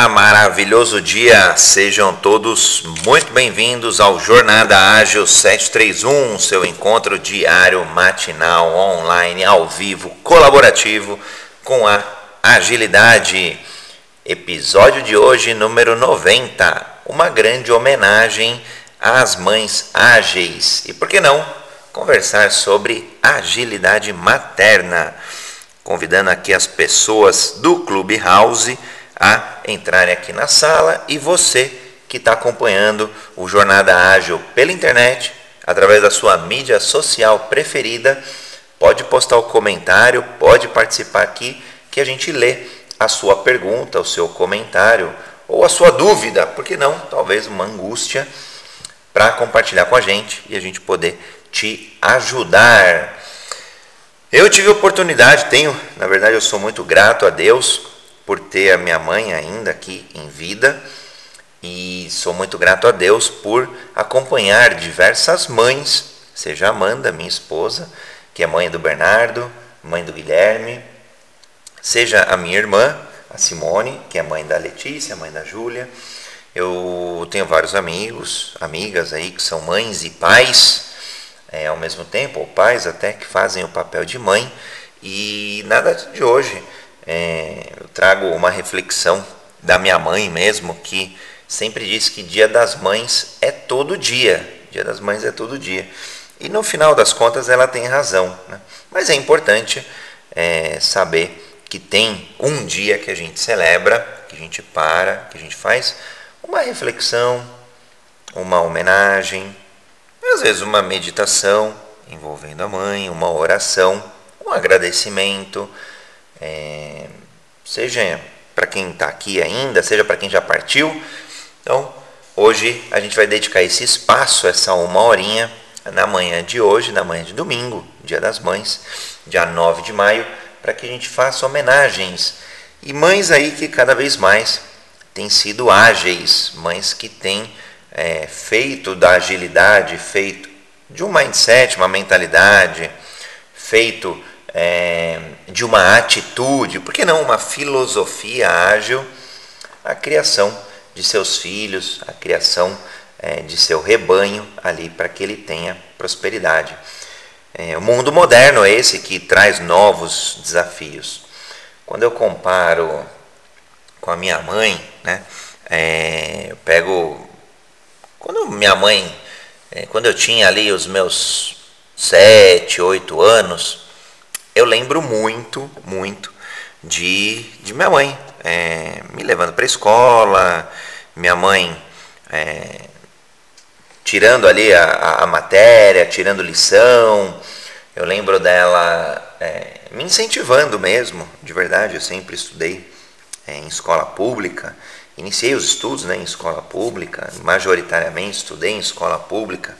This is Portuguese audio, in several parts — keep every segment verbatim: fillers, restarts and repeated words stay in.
maravilhoso dia, sejam todos muito bem-vindos ao Jornada Ágil setecentos e trinta e um, seu encontro diário, matinal, online, ao vivo, colaborativo com a agilidade. Episódio de hoje, número noventa, uma grande homenagem às mães ágeis. E por que não conversar sobre agilidade materna? Convidando aqui as pessoas do Clubhouse a entrarem aqui na sala, e você que está acompanhando o Jornada Ágil pela internet, através da sua mídia social preferida, pode postar o comentário, pode participar aqui, que a gente lê a sua pergunta, o seu comentário, ou a sua dúvida, por que não, talvez uma angústia, para compartilhar com a gente e a gente poder te ajudar. Eu tive a oportunidade, tenho, na verdade eu sou muito grato a Deus por ter a minha mãe ainda aqui em vida, e sou muito grato a Deus por acompanhar diversas mães, seja a Amanda, minha esposa, que é mãe do Bernardo, mãe do Guilherme, seja a minha irmã, a Simone, que é mãe da Letícia, mãe da Júlia. Eu tenho vários amigos, amigas aí que são mães e pais, é, ao mesmo tempo, ou pais até, que fazem o papel de mãe, e nada de hoje. É, eu trago uma reflexão da minha mãe mesmo, que sempre disse que Dia das Mães é todo dia, Dia das Mães é todo dia, e no final das contas ela tem razão, né? Mas é importante é, saber que tem um dia que a gente celebra, que a gente para, que a gente faz uma reflexão, uma homenagem, às vezes uma meditação envolvendo a mãe, uma oração, um agradecimento, É, seja para quem está aqui ainda, seja para quem já partiu. Então, hoje a gente vai dedicar esse espaço, essa uma horinha, na manhã de hoje, na manhã de domingo, Dia das Mães, dia nove de maio, para que a gente faça homenagens. E mães aí que cada vez mais têm sido ágeis, mães que têm é, feito da agilidade, feito de um mindset, uma mentalidade, feito É, de uma atitude, por que não uma filosofia ágil, a criação de seus filhos, a criação é, de seu rebanho ali para que ele tenha prosperidade. É, o mundo moderno é esse que traz novos desafios. Quando eu comparo com a minha mãe, né, é, eu pego, quando minha mãe, é, quando eu tinha ali os meus sete, oito anos, eu lembro muito, muito de, de minha mãe é, me levando para a escola, minha mãe é, tirando ali a, a matéria, tirando lição. Eu lembro dela é, me incentivando mesmo, de verdade. Eu sempre estudei é, em escola pública, iniciei os estudos, né, em escola pública, majoritariamente estudei em escola pública.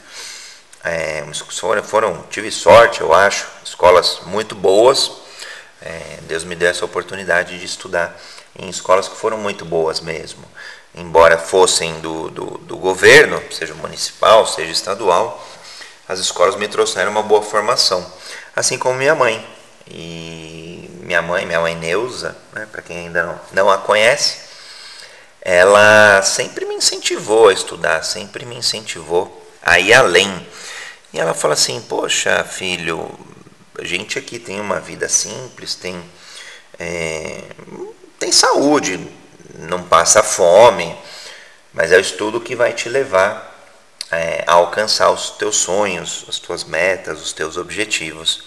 É, foram, foram, tive sorte, eu acho, escolas muito boas. É, Deus me deu essa oportunidade de estudar em escolas que foram muito boas mesmo, embora fossem do, do, do governo, seja municipal, seja estadual. As escolas me trouxeram uma boa formação, assim como minha mãe. E minha mãe, minha mãe Neuza, né, para quem ainda não, não a conhece, ela sempre me incentivou a estudar, sempre me incentivou a ir além. E ela fala assim: poxa, filho, a gente aqui tem uma vida simples, tem, é, tem saúde, não passa fome, mas é o estudo que vai te levar é, a alcançar os teus sonhos, as tuas metas, os teus objetivos.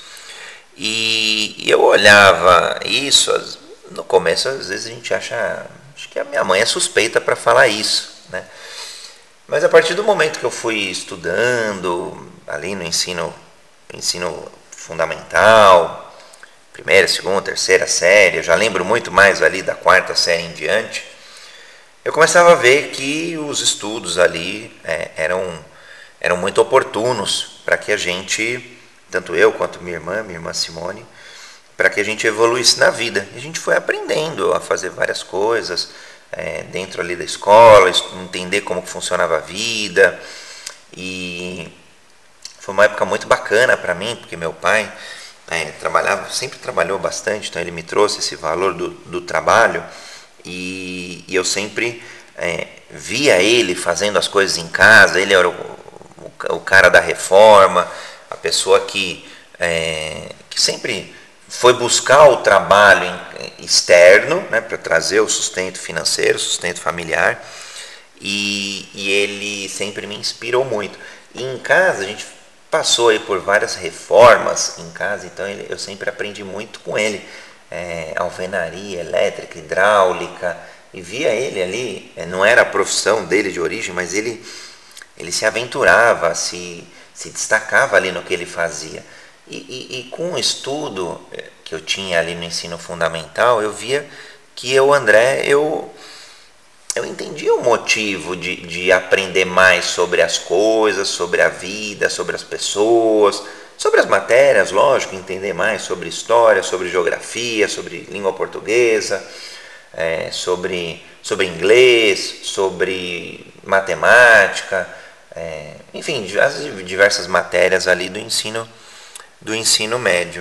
E, e eu olhava isso, no começo às vezes a gente acha, acho que a minha mãe é suspeita para falar isso, né? Mas a partir do momento que eu fui estudando ali no ensino, ensino fundamental, primeira, segunda, terceira série, eu já lembro muito mais ali da quarta série em diante, eu começava a ver que os estudos ali é, eram, eram muito oportunos para que a gente, tanto eu quanto minha irmã, minha irmã Simone, para que a gente evoluísse na vida. E a gente foi aprendendo a fazer várias coisas, É, dentro ali da escola, entender como funcionava a vida. E foi uma época muito bacana para mim, porque meu pai é, trabalhava, sempre trabalhou bastante, então ele me trouxe esse valor do, do trabalho, e, e eu sempre é, via ele fazendo as coisas em casa. Ele era o, o, o cara da reforma, a pessoa que, é, que sempre foi buscar o trabalho externo, né, para trazer o sustento financeiro, o sustento familiar, e, e ele sempre me inspirou muito. E em casa a gente passou aí por várias reformas em casa, então ele, eu sempre aprendi muito com ele, é, alvenaria, elétrica, hidráulica, e via ele ali, é, não era a profissão dele de origem, mas ele, ele se aventurava, se, se destacava ali no que ele fazia. E, e, e com o estudo que eu tinha ali no ensino fundamental, eu via que eu, André, eu, eu entendia o motivo de, de aprender mais sobre as coisas, sobre a vida, sobre as pessoas, sobre as matérias, lógico, entender mais sobre história, sobre geografia, sobre língua portuguesa, é, sobre, sobre inglês, sobre matemática, é, enfim, as diversas matérias ali do ensino do ensino médio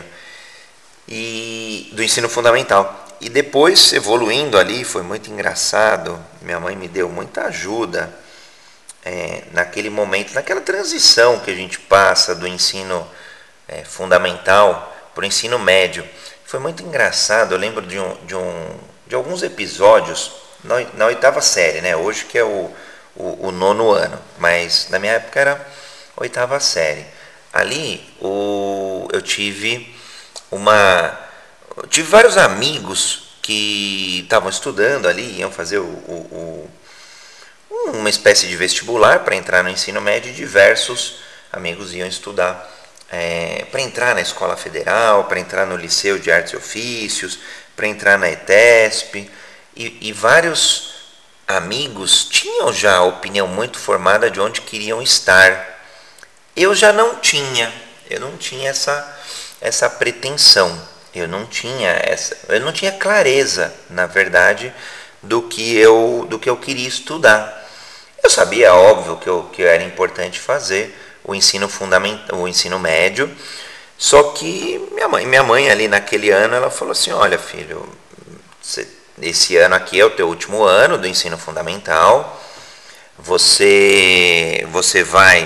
e do ensino fundamental. E depois, evoluindo ali, foi muito engraçado, minha mãe me deu muita ajuda é, naquele momento, naquela transição que a gente passa do ensino é, fundamental para o ensino médio. Foi muito engraçado, eu lembro de, um, de, um, de alguns episódios na, na oitava série, né? Hoje que é o, o, o nono ano, mas na minha época era oitava série. Ali o, eu tive uma eu tive vários amigos que estavam estudando ali, iam fazer o, o, o, uma espécie de vestibular para entrar no ensino médio, e diversos amigos iam estudar é, para entrar na escola federal, para entrar no Liceu de Artes e Ofícios, para entrar na ETESP, e, e vários amigos tinham já a opinião muito formada de onde queriam estar. Eu já não tinha, eu não tinha essa, essa pretensão, eu não tinha essa, eu não tinha clareza, na verdade, do que eu, do que eu queria estudar. Eu sabia, óbvio, que, eu, que era importante fazer o ensino fundamental, o ensino médio, só que minha mãe, minha mãe ali naquele ano, ela falou assim: olha, filho, você, esse ano aqui é o teu último ano do ensino fundamental, você, você vai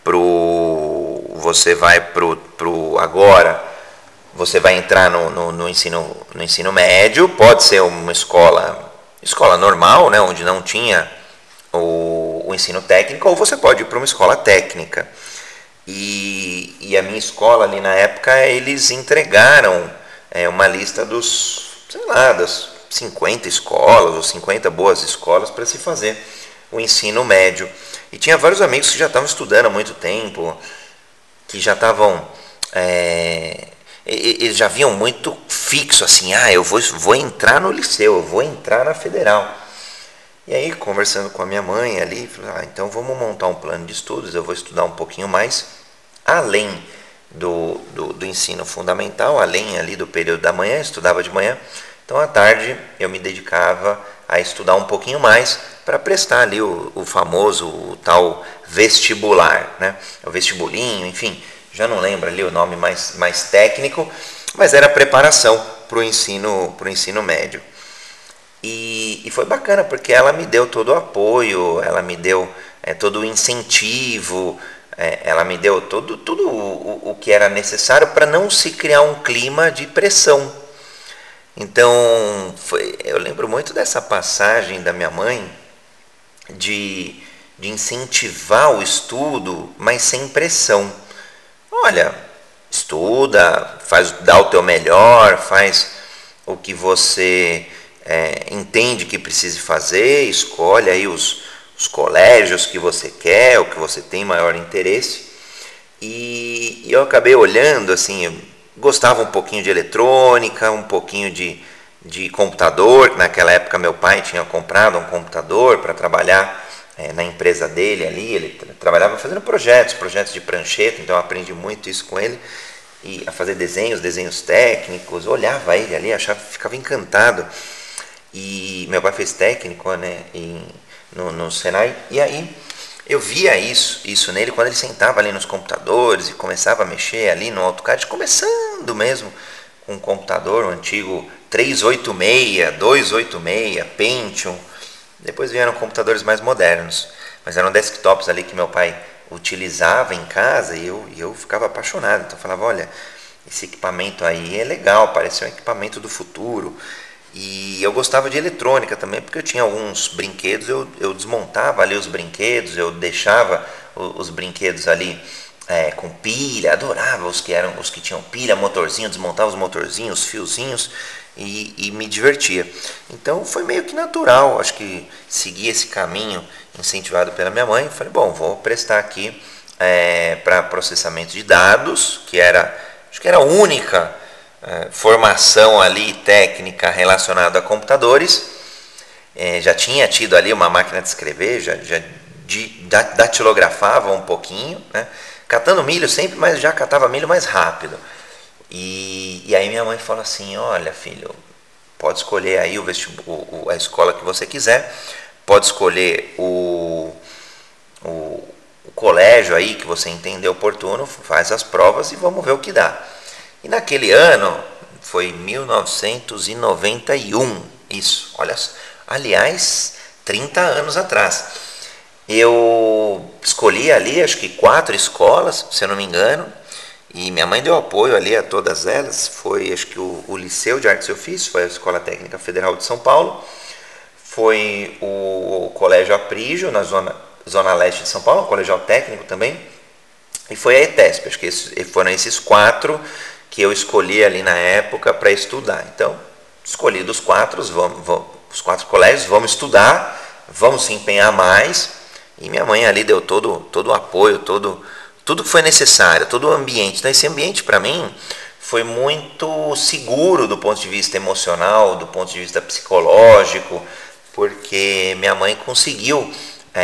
pro você vai pro, pro agora você vai entrar no, no, no ensino no ensino médio, pode ser uma escola escola normal, né, onde não tinha o, o ensino técnico, ou você pode ir para uma escola técnica. E, e a minha escola ali na época, eles entregaram é, uma lista dos, sei lá, das cinquenta escolas ou cinquenta boas escolas para se fazer o ensino médio. E tinha vários amigos que já estavam estudando há muito tempo, que já estavam, é, eles já vinham muito fixo, assim, ah, eu vou, vou entrar no liceu, eu vou entrar na federal. E aí, conversando com a minha mãe ali, falei, ah, então vamos montar um plano de estudos, eu vou estudar um pouquinho mais, além do, do, do ensino fundamental, além ali do período da manhã, eu estudava de manhã, então à tarde eu me dedicava a estudar um pouquinho mais para prestar ali o, o famoso, o tal vestibular, né? O vestibulinho, enfim, já não lembro ali o nome mais, mais técnico, mas era a preparação para o ensino, pro ensino médio. E, e foi bacana, porque ela me deu todo o apoio, ela me deu é, todo o incentivo, é, ela me deu todo, tudo o, o que era necessário para não se criar um clima de pressão. Então, foi, eu lembro muito dessa passagem da minha mãe, de, de incentivar o estudo, mas sem pressão. Olha, estuda, faz, dá o teu melhor, faz o que você é, entende que precise fazer, escolhe aí os, os colégios que você quer, o que você tem maior interesse. E, e eu acabei olhando, assim, eu gostava um pouquinho de eletrônica, um pouquinho de, de computador. Naquela época meu pai tinha comprado um computador para trabalhar é, na empresa dele ali, ele tra- trabalhava fazendo projetos, projetos de prancheta, então eu aprendi muito isso com ele, e a fazer desenhos, desenhos técnicos, olhava ele ali, achava, ficava encantado. E meu pai fez técnico, né, em, no, no Senai, e aí eu via isso, isso nele quando ele sentava ali nos computadores e começava a mexer ali no AutoCAD, começando mesmo, um computador, um antigo trezentos e oitenta e seis, duzentos e oitenta e seis, Pentium. Depois vieram computadores mais modernos, mas eram desktops ali que meu pai utilizava em casa e eu, e eu ficava apaixonado. Então eu falava, olha, esse equipamento aí é legal, parece um equipamento do futuro. E eu gostava de eletrônica também, porque eu tinha alguns brinquedos, eu, eu desmontava ali os brinquedos, eu deixava os, os brinquedos ali é, com pilha, adorava os que, eram, os que tinham pilha, motorzinho, desmontava os motorzinhos, os fiozinhos e, e me divertia. Então foi meio que natural, acho que segui esse caminho incentivado pela minha mãe. Falei, bom, vou prestar aqui é, para processamento de dados, que era, acho que era a única é, formação ali técnica relacionada a computadores. É, já tinha tido ali uma máquina de escrever, já, já de, datilografava um pouquinho, né? Catando milho sempre, mas já catava milho mais rápido. E, e aí minha mãe falou assim, olha filho, pode escolher aí o vestibulo, a escola que você quiser, pode escolher o, o, o colégio aí que você entender oportuno, faz as provas e vamos ver o que dá. E naquele ano, foi mil novecentos e noventa e um, isso, olha, aliás, trinta anos atrás. Eu escolhi ali, acho que quatro escolas, se eu não me engano, e minha mãe deu apoio ali a todas elas. Foi, acho que o, o Liceu de Artes e Ofícios, foi a Escola Técnica Federal de São Paulo, foi o, o Colégio Aprígio, na zona, zona leste de São Paulo, um colegial técnico também, e foi a ETESP. Acho que esses, foram esses quatro que eu escolhi ali na época para estudar. Então, escolhi dos quatro, vamos, vamos, os quatro colégios, vamos estudar, vamos se empenhar mais. E minha mãe ali deu todo, todo o apoio, todo, tudo que foi necessário, todo o ambiente. Então esse ambiente para mim foi muito seguro do ponto de vista emocional, do ponto de vista psicológico, porque minha mãe conseguiu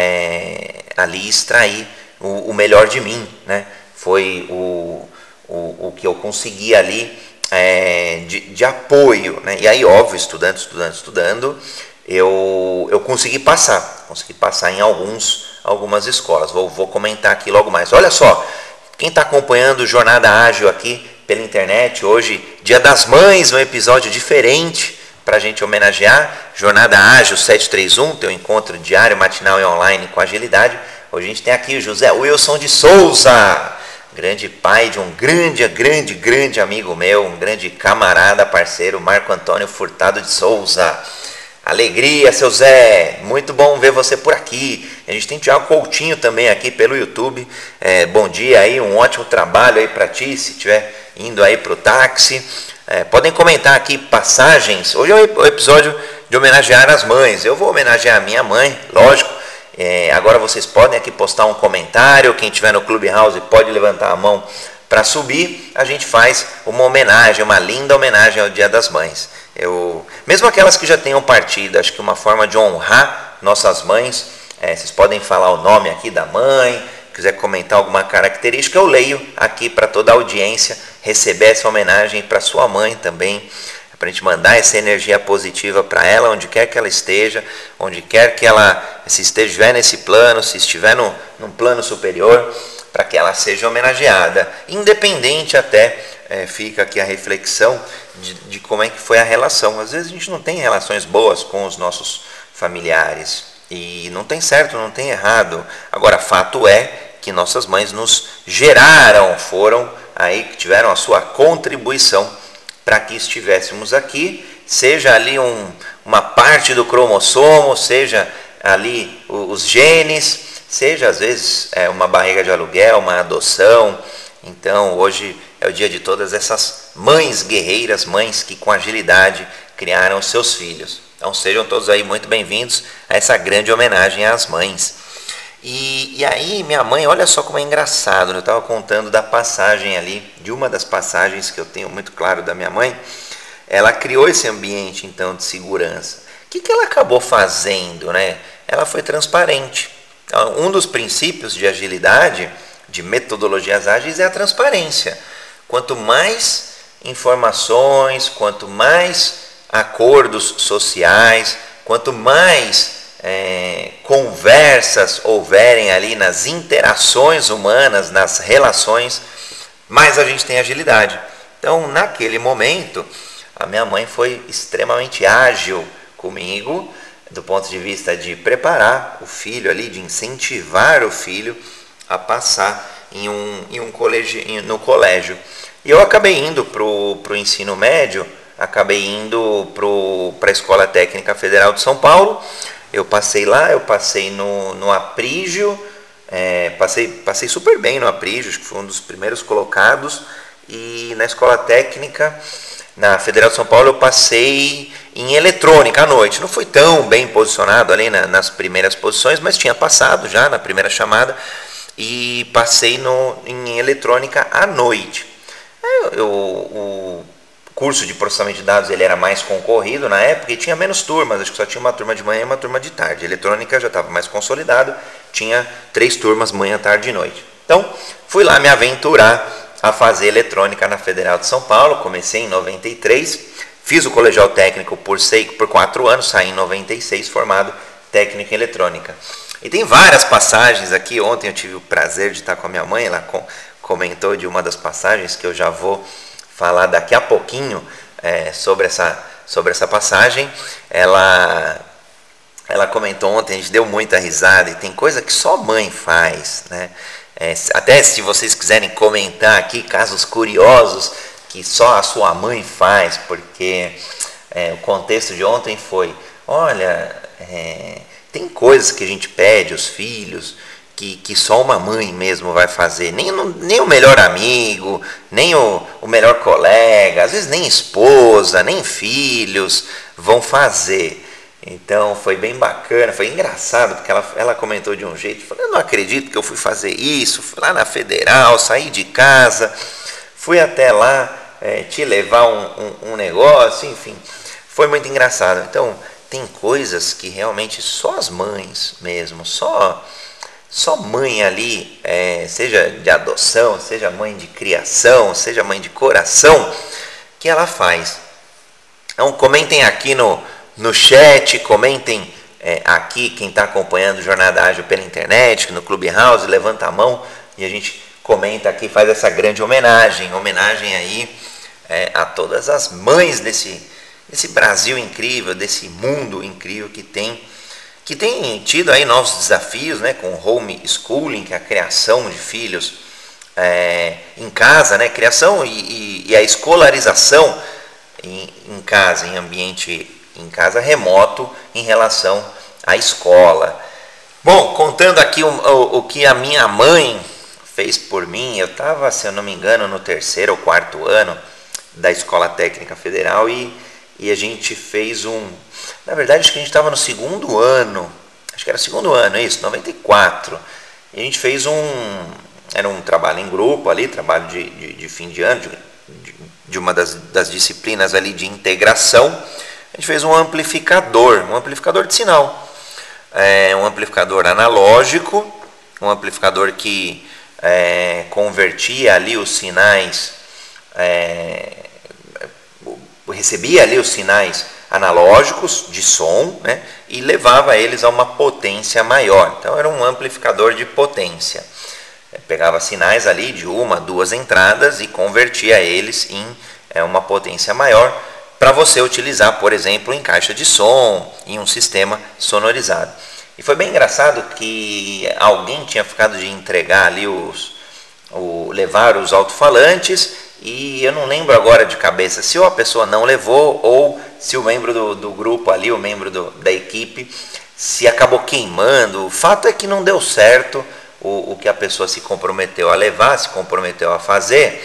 é, ali extrair o, o melhor de mim, né? Foi o, o, o que eu consegui ali é, de, de apoio, né? E aí, óbvio, estudando, estudando, estudando, eu, eu consegui passar, consegui passar em alguns, algumas escolas. Vou, vou comentar aqui logo mais. Olha só, quem está acompanhando Jornada Ágil aqui pela internet, hoje, Dia das Mães, um episódio diferente para a gente homenagear. Jornada Ágil sete três um, teu encontro diário, matinal e online com agilidade. Hoje a gente tem aqui o José Wilson de Souza, grande pai de um grande, grande, grande amigo meu, um grande camarada, parceiro, Marco Antônio Furtado de Souza. Alegria, seu Zé, muito bom ver você por aqui. A gente tem Thiago Coutinho também aqui pelo YouTube. É, bom dia aí, um ótimo trabalho aí para ti, se estiver indo aí para o táxi. É, podem comentar aqui passagens. Hoje é o episódio de homenagear as mães. Eu vou homenagear a minha mãe, lógico. É, agora vocês podem aqui postar um comentário. Quem estiver no Clubhouse pode levantar a mão para subir. A gente faz uma homenagem, uma linda homenagem ao Dia das Mães. Eu, mesmo aquelas que já tenham partido, acho que uma forma de honrar nossas mães, é, vocês podem falar o nome aqui da mãe, quiser comentar alguma característica, eu leio aqui para toda a audiência, receber essa homenagem para sua mãe também, para a gente mandar essa energia positiva para ela, onde quer que ela esteja, onde quer que ela, se estiver nesse plano, se estiver no, num plano superior, para que ela seja homenageada, independente até, é, fica aqui a reflexão de, de como é que foi a relação. Às vezes a gente não tem relações boas com os nossos familiares, e não tem certo, não tem errado. Agora, fato é que nossas mães nos geraram, foram aí que tiveram a sua contribuição para que estivéssemos aqui, seja ali um, uma parte do cromossomo, seja ali os genes, seja às vezes é, uma barriga de aluguel, uma adoção. Então hoje é o dia de todas essas mães guerreiras, mães que com agilidade criaram seus filhos. Então sejam todos aí muito bem-vindos a essa grande homenagem às mães. E, e aí minha mãe, olha só como é engraçado, eu estava contando da passagem ali, de uma das passagens que eu tenho muito claro da minha mãe. Ela criou esse ambiente então de segurança. O que, que ela acabou fazendo, né? Ela foi transparente. Um dos princípios de agilidade, de metodologias ágeis, é a transparência. Quanto mais informações, quanto mais acordos sociais, quanto mais é, conversas houverem ali nas interações humanas, nas relações, mais a gente tem agilidade. Então, naquele momento, a minha mãe foi extremamente ágil comigo, do ponto de vista de preparar o filho ali, de incentivar o filho a passar em um, em um colégio, no colégio. E eu acabei indo para o ensino médio, acabei indo para a Escola Técnica Federal de São Paulo. Eu passei lá, eu passei no, no Aprígio, é, passei, passei super bem no Aprígio, acho que foi um dos primeiros colocados, e na Escola Técnica, na Federal de São Paulo, eu passei em eletrônica à noite. Não fui tão bem posicionado ali na, nas primeiras posições, mas tinha passado já na primeira chamada, e passei no, em eletrônica à noite. Eu, eu, o curso de processamento de dados ele era mais concorrido na época e tinha menos turmas, acho que só tinha uma turma de manhã e uma turma de tarde. A eletrônica já estava mais consolidado, tinha três turmas, manhã, tarde e noite. Então, fui lá me aventurar a fazer eletrônica na Federal de São Paulo. Comecei em noventa e três, fiz o colegial técnico por, seis, por quatro anos, saí em noventa e seis formado técnico em eletrônica. E tem várias passagens aqui. Ontem eu tive o prazer de estar com a minha mãe, ela comentou de uma das passagens que eu já vou falar daqui a pouquinho é, sobre, essa, sobre essa passagem. Ela, ela comentou ontem, a gente deu muita risada, e tem coisa que só mãe faz, né? É, até se vocês quiserem comentar aqui casos curiosos que só a sua mãe faz, porque é, o contexto de ontem foi, olha, é, tem coisas que a gente pede aos filhos que, que só uma mãe mesmo vai fazer, nem, nem o melhor amigo, nem o, o melhor colega, às vezes nem esposa, nem filhos vão fazer. Então foi bem bacana, foi engraçado, porque ela, ela comentou de um jeito, falou, eu não acredito que eu fui fazer isso, fui lá na Federal, saí de casa, fui até lá é, te levar um, um, um negócio, enfim, foi muito engraçado. Então tem coisas que realmente só as mães mesmo, só, só mãe ali, é, seja de adoção, seja mãe de criação, seja mãe de coração, que ela faz. Então comentem aqui no No chat, comentem é, aqui quem está acompanhando Jornada Ágil pela internet, no Clubhouse, levanta a mão e a gente comenta aqui, faz essa grande homenagem, homenagem aí é, a todas as mães desse, desse Brasil incrível, desse mundo incrível que tem, que tem tido aí novos desafios, né, com home schooling, que é a criação de filhos é, em casa, né, criação e, e, e a escolarização em, em casa, em ambiente em casa remoto em relação à escola. Bom, contando aqui o, o, o que a minha mãe fez por mim, eu estava, se eu não me engano, no terceiro ou quarto ano da Escola Técnica Federal e, e a gente fez um... Na verdade, acho que a gente estava no segundo ano, acho que era segundo ano, é isso, noventa e quatro. E a gente fez um... Era um trabalho em grupo ali, trabalho de, de, de fim de ano, de, de, de uma das, das disciplinas ali de integração. A gente fez um amplificador, um amplificador de sinal, é, um amplificador analógico, um amplificador que é, convertia ali os sinais, é, recebia ali os sinais analógicos de som, né, e levava eles a uma potência maior. Então era um amplificador de potência. É, pegava sinais ali de uma, duas entradas e convertia eles em é, uma potência maior, para você utilizar, por exemplo, em caixa de som, em um sistema sonorizado. E foi bem engraçado que alguém tinha ficado de entregar ali os, o, levar os alto-falantes, e eu não lembro agora de cabeça se a pessoa não levou ou se o membro do, do grupo ali, o membro do, da equipe, se acabou queimando. O fato é que não deu certo o, o que a pessoa se comprometeu a levar, se comprometeu a fazer.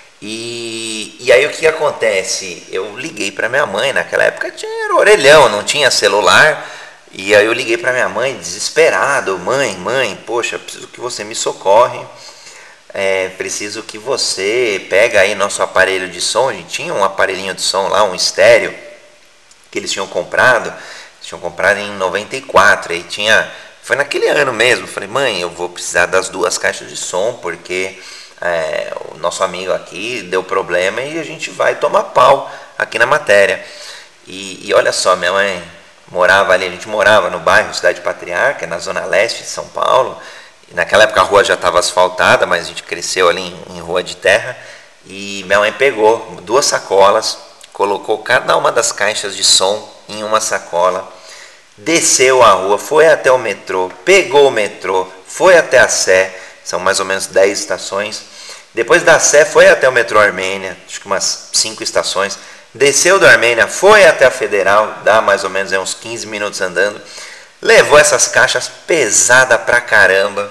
E, e aí o que acontece? Eu liguei para minha mãe, naquela época tinha orelhão, não tinha celular, e aí eu liguei para minha mãe desesperado, mãe, mãe, poxa, preciso que você me socorre, é, preciso que você pega aí nosso aparelho de som. A gente tinha um aparelhinho de som lá, um estéreo, que eles tinham comprado, eles tinham comprado em noventa e quatro, aí tinha, foi naquele ano mesmo, falei, mãe, eu vou precisar das duas caixas de som, porque... É, o nosso amigo aqui deu problema e a gente vai tomar pau aqui na matéria. E, e olha só, minha mãe morava ali, a gente morava no bairro Cidade Patriarca, na zona leste de São Paulo. E naquela época a rua já estava asfaltada, mas a gente cresceu ali em, em rua de terra. e minha mãe pegou duas sacolas, colocou cada uma das caixas de som em uma sacola, desceu a rua, foi até o metrô, pegou o metrô, foi até a Sé, são mais ou menos dez estações. Depois da Sé foi até o metrô Armênia, acho que umas cinco estações. Desceu do Armênia, foi até a Federal, dá mais ou menos uns quinze minutos andando. Levou essas caixas pesadas pra caramba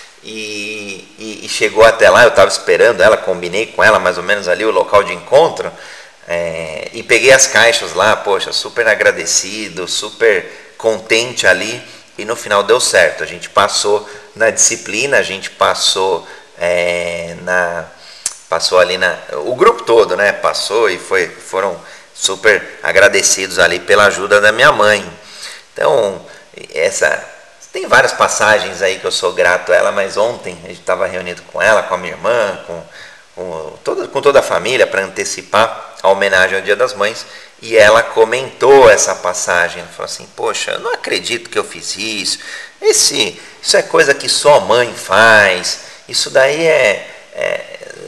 e, e, e chegou até lá. Eu estava esperando ela, combinei com ela mais ou menos ali o local de encontro. É, e peguei as caixas lá, poxa, super agradecido, super contente ali. E no final deu certo, a gente passou na disciplina, a gente passou é, na... Passou ali na... O grupo todo, né? Passou e foi, foram super agradecidos ali pela ajuda da minha mãe. Então, essa... Tem várias passagens aí que eu sou grato a ela, mas ontem a gente estava reunido com ela, com a minha irmã, com, com, toda, com toda a família para antecipar a homenagem ao Dia das Mães. E ela comentou essa passagem. Ela falou assim, poxa, eu não acredito que eu fiz isso. Esse, isso é coisa que só mãe faz. Isso daí é... é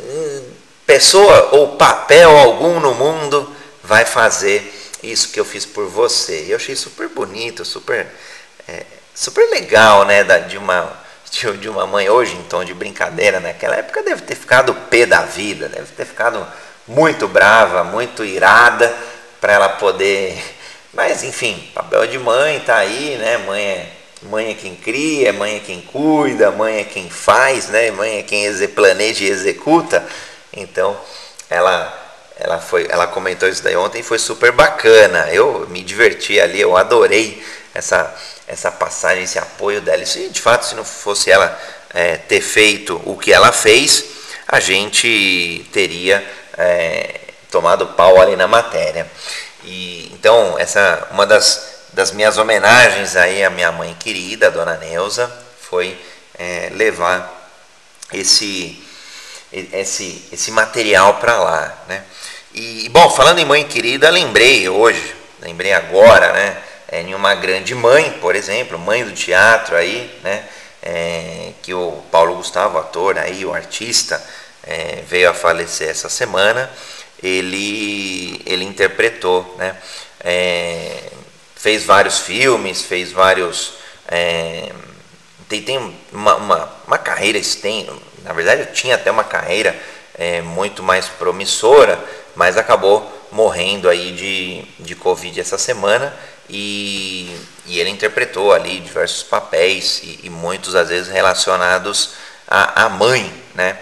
pessoa ou papel algum no mundo vai fazer isso que eu fiz por você. E eu achei super bonito, super, é, super legal, né, de uma, de uma mãe hoje, em tom de brincadeira, naquela época deve ter ficado pé da vida, deve ter ficado muito brava, muito irada para ela poder... Mas, enfim, papel de mãe tá aí, né, mãe é, mãe é quem cria, mãe é quem cuida, mãe é quem faz, né, mãe é quem planeja e executa. Então, ela, ela, foi, ela comentou isso daí ontem e foi super bacana. Eu me diverti ali, eu adorei essa, essa passagem, esse apoio dela. Isso, de fato, se não fosse ela é, ter feito o que ela fez, a gente teria é, tomado pau ali na matéria. E, então, essa uma das, das minhas homenagens aí à minha mãe querida, a dona Neuza, foi é, levar esse... Esse, esse material para lá, né? E, bom, falando em mãe querida, lembrei hoje, lembrei agora, né? É, em uma grande mãe, por exemplo, mãe do teatro aí, né? É, que o Paulo Gustavo, ator aí, o artista, é, veio a falecer essa semana. Ele, ele interpretou, né? É, fez vários filmes, fez vários... É, tem, tem uma, uma, uma carreira extensa. Na verdade, eu tinha até uma carreira é, muito mais promissora, mas acabou morrendo aí de, de Covid essa semana e, e ele interpretou ali diversos papéis e, e muitos, às vezes, relacionados à, à mãe, né?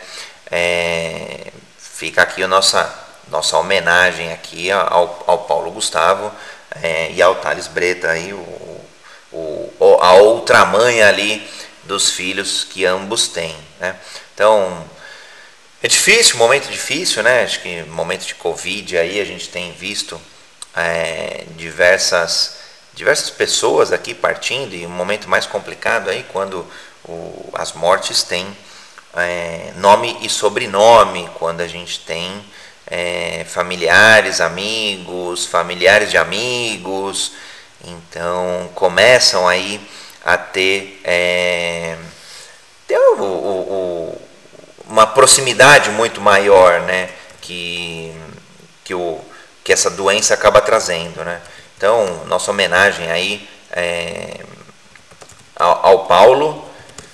É, fica aqui a nossa, nossa homenagem aqui ao, ao Paulo Gustavo é, e ao Thales Breta, aí, o, o, a outra mãe ali dos filhos que ambos têm, né? Então, é difícil, momento difícil, né? Acho que momento de Covid aí a gente tem visto é, diversas, diversas pessoas aqui partindo, e um momento mais complicado aí quando o, as mortes têm é, nome e sobrenome, quando a gente tem é, familiares, amigos, familiares de amigos, então começam aí a ter... É, ter o, o, o, uma proximidade muito maior, né, que, que, o, que essa doença acaba trazendo, né? Então, nossa homenagem aí é, ao, ao Paulo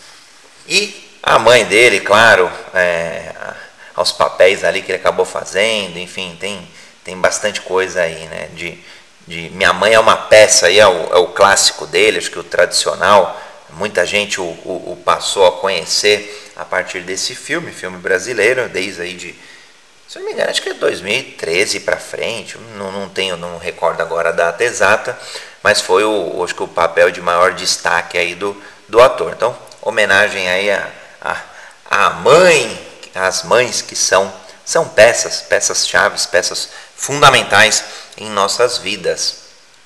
e à mãe dele, claro, é, aos papéis ali que ele acabou fazendo, enfim, tem, tem bastante coisa aí, né, de, de Minha Mãe é uma Peça, aí é o, é o clássico dele, acho que o tradicional. Muita gente o, o, o passou a conhecer a partir desse filme, filme brasileiro, desde aí de, se eu não me engano, acho que é dois mil e treze para frente, não, não tenho, não recordo agora a data exata, mas foi o, acho que o papel de maior destaque aí do, do ator. Então, homenagem aí a, a, a mãe, as mães que são, são peças, peças chaves, peças fundamentais em nossas vidas.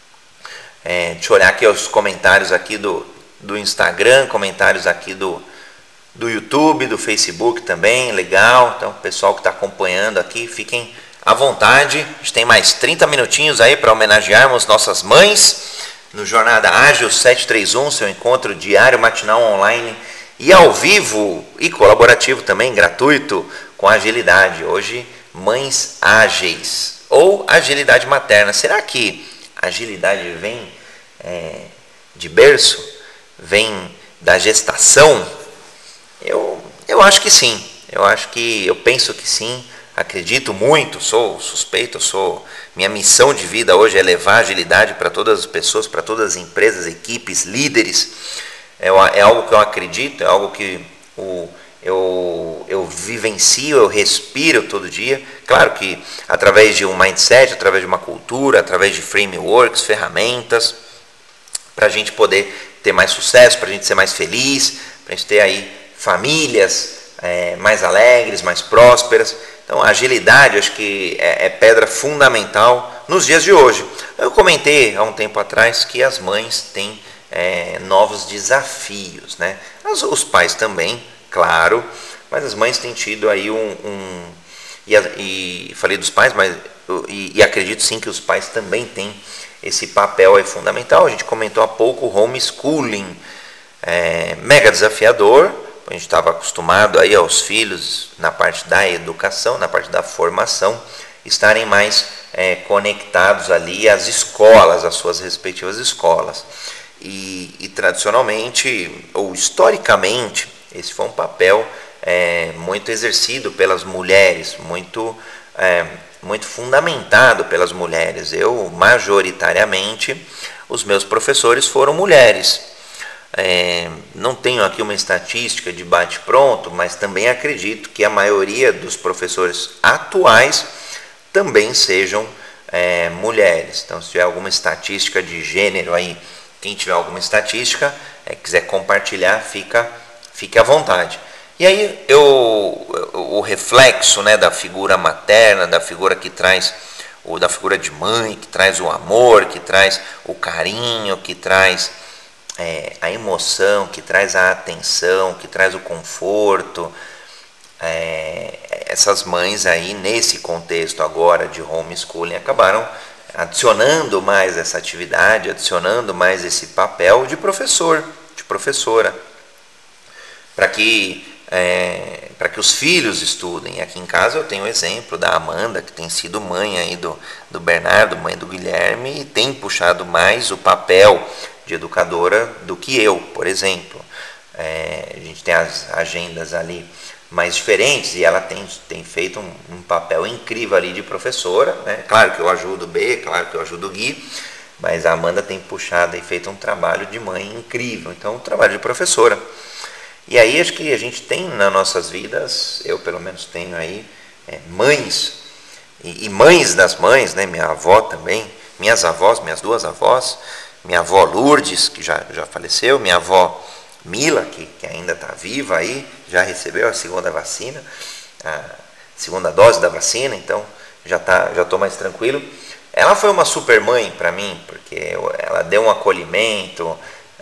É, deixa eu olhar aqui os comentários aqui do do Instagram, comentários aqui do, do YouTube, do Facebook também, legal. Então, o pessoal que está acompanhando aqui, fiquem à vontade. A gente tem mais trinta minutinhos aí para homenagearmos nossas mães no Jornada Ágil sete três um, seu encontro diário, matinal, online e ao vivo e colaborativo também, gratuito, com com agilidade. Hoje, mães ágeis ou agilidade materna. Será que agilidade vem é, de berço? Vem da gestação? Eu, eu acho que sim. Eu acho que, eu penso que sim. Acredito muito, sou suspeito, sou minha missão de vida hoje é levar agilidade para todas as pessoas, para todas as empresas, equipes, líderes. É, é algo que eu acredito, é algo que o, eu, eu vivencio, eu respiro todo dia. Claro que através de um mindset, através de uma cultura, através de frameworks, ferramentas, para a gente poder ter mais sucesso, para a gente ser mais feliz, para a gente ter aí famílias é, mais alegres, mais prósperas. Então, a agilidade, acho que é, é pedra fundamental nos dias de hoje. Eu comentei há um tempo atrás que as mães têm é, novos desafios, né? As, os pais também, claro, mas as mães têm tido aí um... um e, e falei dos pais, mas e, e acredito sim que os pais também têm esse papel aí fundamental. A gente comentou há pouco o homeschooling, é, mega desafiador. A gente estava acostumado aí aos filhos, na parte da educação, na parte da formação, estarem mais é, conectados ali às escolas, às suas respectivas escolas. E, e tradicionalmente, ou historicamente, esse foi um papel é, muito exercido pelas mulheres, muito, é, muito fundamentado pelas mulheres. Eu, majoritariamente, os meus professores foram mulheres. É, não tenho aqui uma estatística de bate-pronto, mas também acredito que a maioria dos professores atuais também sejam é, mulheres. Então, se tiver alguma estatística de gênero aí, quem tiver alguma estatística, é, quiser compartilhar, fica, fique à vontade. E aí, eu, o reflexo, né, da figura materna, da figura que traz, ou da figura de mãe, que traz o amor, que traz o carinho, que traz É, a emoção, que traz a atenção, que traz o conforto. É, essas mães aí, nesse contexto agora de homeschooling, acabaram adicionando mais essa atividade, adicionando mais esse papel de professor, de professora, para que, é, para que os filhos estudem. Aqui em casa eu tenho o exemplo da Amanda, que tem sido mãe aí do, do Bernardo, mãe do Guilherme, e tem puxado mais o papel de educadora do que eu, por exemplo. É, a gente tem as agendas ali mais diferentes e ela tem, tem feito um, um papel incrível ali de professora, né? Claro que eu ajudo o B, claro que eu ajudo o Gui, mas a Amanda tem puxado e feito um trabalho de mãe incrível, então um trabalho de professora. E aí acho que a gente tem nas nossas vidas, eu pelo menos tenho aí, é, mães, e, e mães das mães, né? Minha avó também, minhas avós, minhas duas avós, minha avó Lourdes, que já, já faleceu, minha avó Mila, que, que ainda está viva aí, já recebeu a segunda vacina, a segunda dose da vacina, então já tá, já estou mais tranquilo. Ela foi uma super mãe para mim, porque eu, ela deu um acolhimento,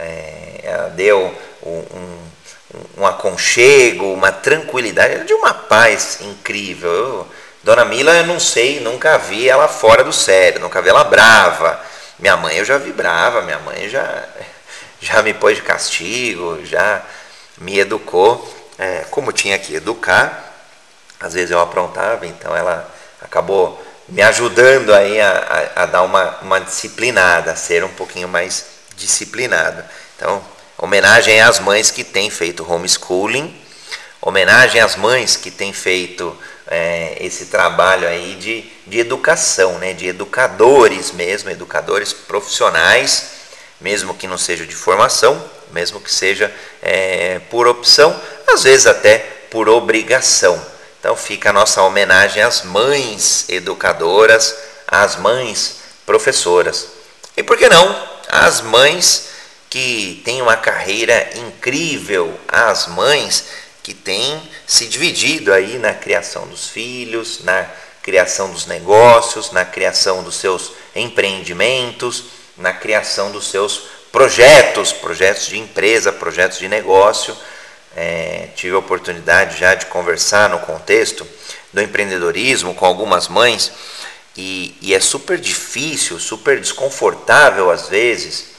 é, ela deu um, um, um aconchego, uma tranquilidade, ela deu uma paz incrível. Eu, Dona Mila, eu não sei, nunca vi ela fora do sério, nunca vi ela brava. Minha mãe eu já vi brava, minha mãe já, já me pôs de castigo, já me educou é, como tinha que educar. Às vezes eu aprontava, então ela acabou me ajudando aí a, a, a dar uma, uma disciplinada, a ser um pouquinho mais disciplinado. Então, homenagem às mães que têm feito homeschooling, homenagem às mães que têm feito é, esse trabalho aí de, de educação, né, de educadores mesmo, educadores profissionais, mesmo que não seja de formação, mesmo que seja é, por opção, às vezes até por obrigação. Então fica a nossa homenagem às mães educadoras, às mães professoras. E por que não? Às mães que têm uma carreira incrível, às mães que têm se dividido aí na criação dos filhos, na criação dos negócios, na criação dos seus empreendimentos, na criação dos seus projetos, projetos de empresa, projetos de negócio. É, tive a oportunidade já de conversar no contexto do empreendedorismo com algumas mães e, e é super difícil, super desconfortável às vezes.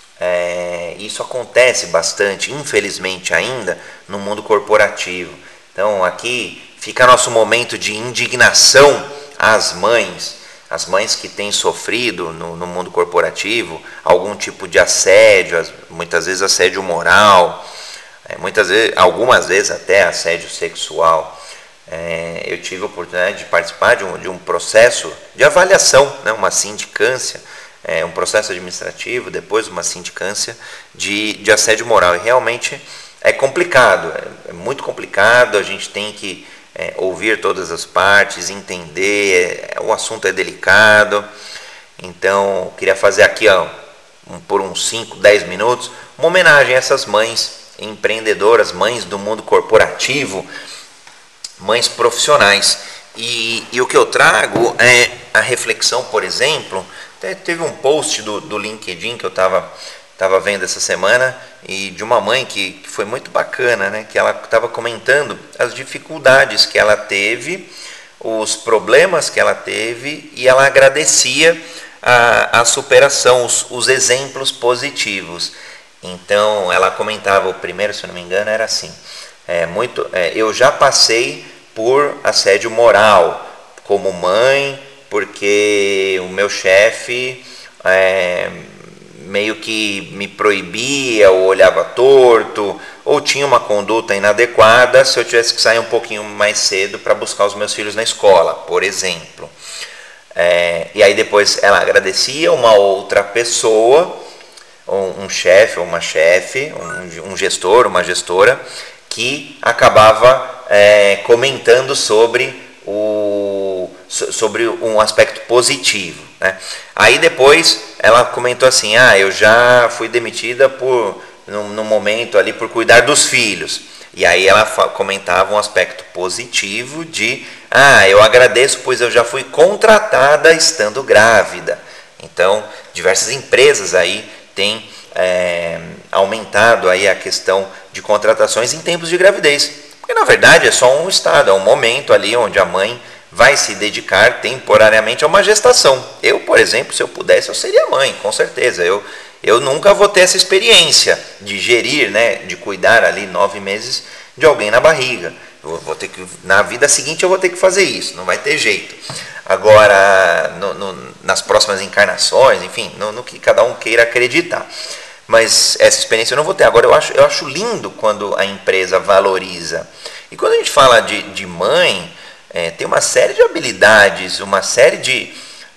É, isso acontece bastante, infelizmente ainda, no mundo corporativo. Então aqui fica nosso momento de indignação às mães, as mães que têm sofrido no, no mundo corporativo algum tipo de assédio, muitas vezes assédio moral, muitas vezes, algumas vezes até assédio sexual. É, eu tive a oportunidade de participar de um, de um processo de avaliação, né, uma sindicância, é, um processo administrativo, depois uma sindicância de, de assédio moral. E realmente é complicado, é, é muito complicado, a gente tem que é, ouvir todas as partes, entender, é, o assunto é delicado. Então, queria fazer aqui, ó, um, por uns cinco, dez minutos, uma homenagem a essas mães empreendedoras, mães do mundo corporativo, mães profissionais. E, e o que eu trago é a reflexão, por exemplo, até teve um post do, do LinkedIn que eu estava tava vendo essa semana, e de uma mãe que, que foi muito bacana, né? Que ela estava comentando as dificuldades que ela teve, os problemas que ela teve, e ela agradecia a, a superação, os, os exemplos positivos. Então ela comentava, o primeiro, se eu não me engano, era assim: é, muito, é, eu já passei por assédio moral como mãe, porque o meu chefe é, meio que me proibia, ou olhava torto, ou tinha uma conduta inadequada se eu tivesse que sair um pouquinho mais cedo para buscar os meus filhos na escola, por exemplo. É, e aí depois ela agradecia uma outra pessoa, um, um chefe ou uma chefe, um, um gestor, uma gestora, que acabava é, comentando sobre, o, sobre um aspecto positivo, né? Aí depois ela comentou assim: ah, eu já fui demitida por, no, no momento ali, por cuidar dos filhos. E aí ela comentava um aspecto positivo de: ah, eu agradeço, pois eu já fui contratada estando grávida. Então, diversas empresas aí têm é, aumentado aí a questão de contratações em tempos de gravidez, porque na verdade é só um estado, é um momento ali onde a mãe vai se dedicar temporariamente a uma gestação. Eu, por exemplo, se eu pudesse, eu seria mãe, com certeza. Eu, eu nunca vou ter essa experiência de gerir, né, de cuidar ali nove meses de alguém na barriga. Eu vou ter que, na vida seguinte eu vou ter que fazer isso, não vai ter jeito. Agora, no, no, nas próximas encarnações, enfim, no, no que cada um queira acreditar. Mas essa experiência eu não vou ter. Agora, eu acho, eu acho lindo quando a empresa valoriza. E quando a gente fala de, de mãe, é, tem uma série de habilidades, uma série de,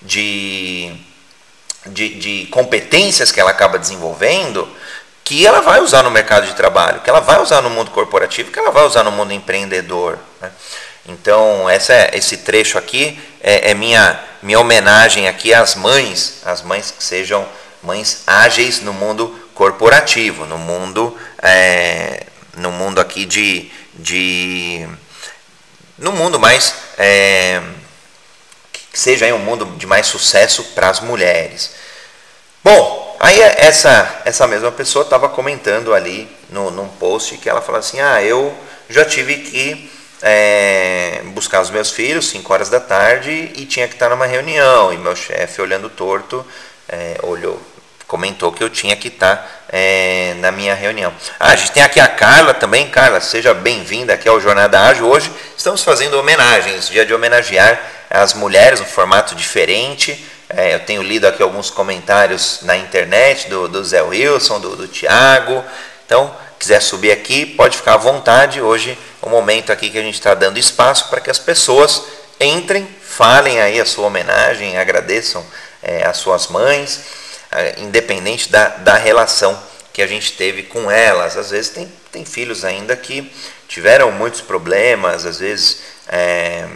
de, de, de competências que ela acaba desenvolvendo, que ela vai usar no mercado de trabalho, que ela vai usar no mundo corporativo, que ela vai usar no mundo empreendedor, né? Então, essa é, esse trecho aqui é, é minha, minha homenagem aqui às mães, às mães que sejam mães ágeis no mundo corporativo, no mundo, é, no mundo aqui de, de no mundo mais, é, que seja aí um mundo de mais sucesso para as mulheres. Bom, aí essa, essa mesma pessoa estava comentando ali no, num post que ela falou assim: ah, eu já tive que é, buscar os meus filhos cinco horas da tarde e tinha que estar numa reunião, e meu chefe, olhando torto, é, olhou, comentou que eu tinha que estar é, na minha reunião. Ah, a gente tem aqui a Carla também. Carla, seja bem-vinda aqui ao Jornada Ágil. Hoje estamos fazendo homenagens, dia de homenagear as mulheres, um formato diferente. É, eu tenho lido aqui alguns comentários na internet do, do Zé Wilson, do, do Tiago. Então, quiser subir aqui, pode ficar à vontade. Hoje é um momento aqui que a gente está dando espaço para que as pessoas entrem, falem aí a sua homenagem, agradeçam é, as suas mães, é, independente da, da relação que a gente teve com elas. Às vezes tem, tem filhos ainda que tiveram muitos problemas, às vezes é,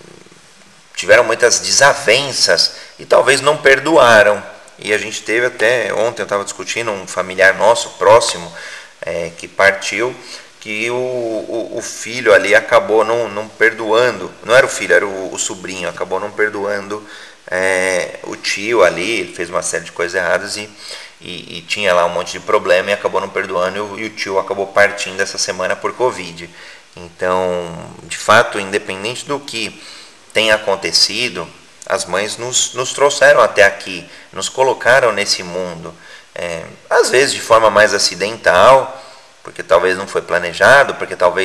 tiveram muitas desavenças e talvez não perdoaram. E a gente teve até, ontem eu estava discutindo, um familiar nosso próximo é, que partiu, que o, o, o filho ali acabou não, não perdoando, não era o filho, era o, o sobrinho, acabou não perdoando é, o tio ali. Ele fez uma série de coisas erradas e, e, e tinha lá um monte de problema e acabou não perdoando, e o, e o tio acabou partindo essa semana por Covid. Então, de fato, independente do que tenha acontecido, as mães nos, nos trouxeram até aqui, nos colocaram nesse mundo, é, às vezes de forma mais acidental, porque talvez não foi planejado, porque talvez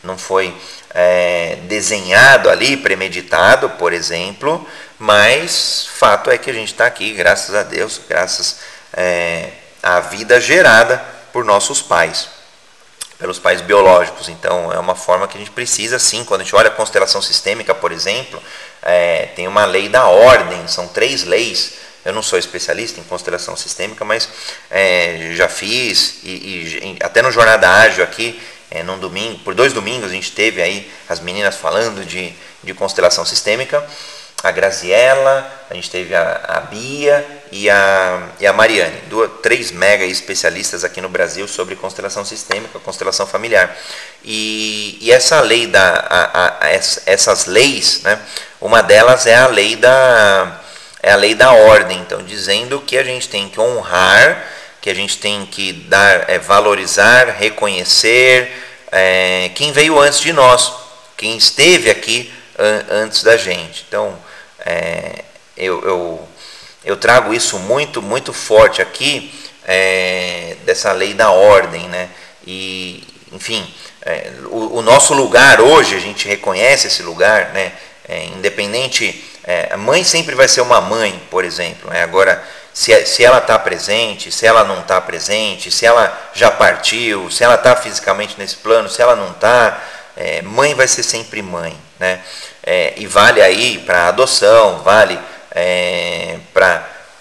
não foi é, desenhado ali, premeditado, por exemplo, mas fato é que a gente está aqui, graças a Deus, graças é, à vida gerada por nossos pais, pelos pais biológicos. Então é uma forma que a gente precisa, sim, quando a gente olha a constelação sistêmica, por exemplo, é, tem uma lei da ordem, são três leis. Eu não sou especialista em constelação sistêmica, mas é, já fiz, e, e até no Jornada Ágil aqui, é, num domingo, por dois domingos a gente teve aí as meninas falando de, de constelação sistêmica, a Graziella, a gente teve a, a Bia e a, e a Mariane, duas, três mega especialistas aqui no Brasil sobre constelação sistêmica, constelação familiar. E, e essa lei, da, a, a, essas leis, né, uma delas é a lei da... é a lei da ordem, então dizendo que a gente tem que honrar, que a gente tem que dar, é, valorizar, reconhecer é, quem veio antes de nós, quem esteve aqui an, antes da gente. Então é, eu, eu, eu trago isso muito, muito forte aqui, é, dessa lei da ordem, né? E, enfim, é, o, o nosso lugar hoje, a gente reconhece esse lugar, né? É, independente, é, a mãe sempre vai ser uma mãe, por exemplo, né? Agora, se, se ela está presente, se ela não está presente, se ela já partiu, se ela está fisicamente nesse plano, se ela não está, é, mãe vai ser sempre mãe, né? É, e vale aí para adoção, vale é, para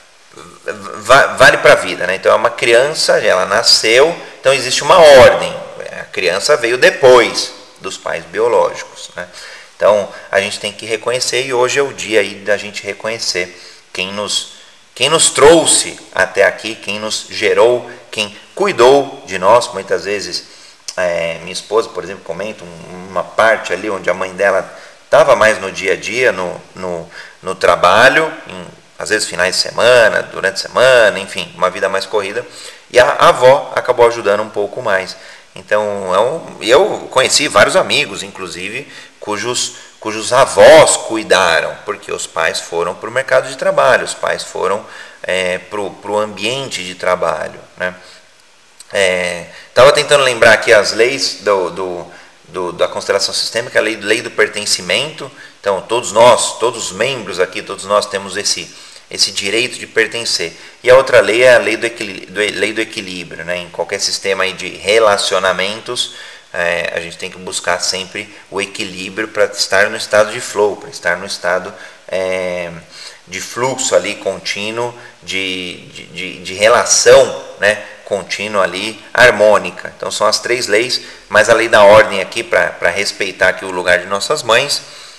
vale para a vida, né? Então é uma criança, ela nasceu, então existe uma ordem, a criança veio depois dos pais biológicos, né? Então a gente tem que reconhecer, e hoje é o dia aí da gente reconhecer quem nos, quem nos trouxe até aqui, quem nos gerou, quem cuidou de nós. Muitas vezes, é, minha esposa, por exemplo, comenta uma parte ali onde a mãe dela estava mais no dia a dia, no, no, no trabalho, em, às vezes finais de semana, durante a semana, enfim, uma vida mais corrida, e a, a avó acabou ajudando um pouco mais. Então, eu, eu conheci vários amigos, inclusive, cujos, cujos avós cuidaram, porque os pais foram para o mercado de trabalho, os pais foram é, para o ambiente de trabalho, né? Estava é, tentando lembrar aqui as leis do, do, do, da constelação sistêmica, a lei, lei do pertencimento. Então, todos nós, todos os membros aqui, todos nós temos esse, esse direito de pertencer. E a outra lei é a lei do equilíbrio, do, lei do equilíbrio, né? Em qualquer sistema aí de relacionamentos, é, a gente tem que buscar sempre o equilíbrio para estar no estado de flow, para estar no estado é, de fluxo ali contínuo, de, de, de, de relação, né, contínua ali, harmônica. Então são as três leis, mas a lei da ordem aqui, para respeitar aqui o lugar de nossas mães,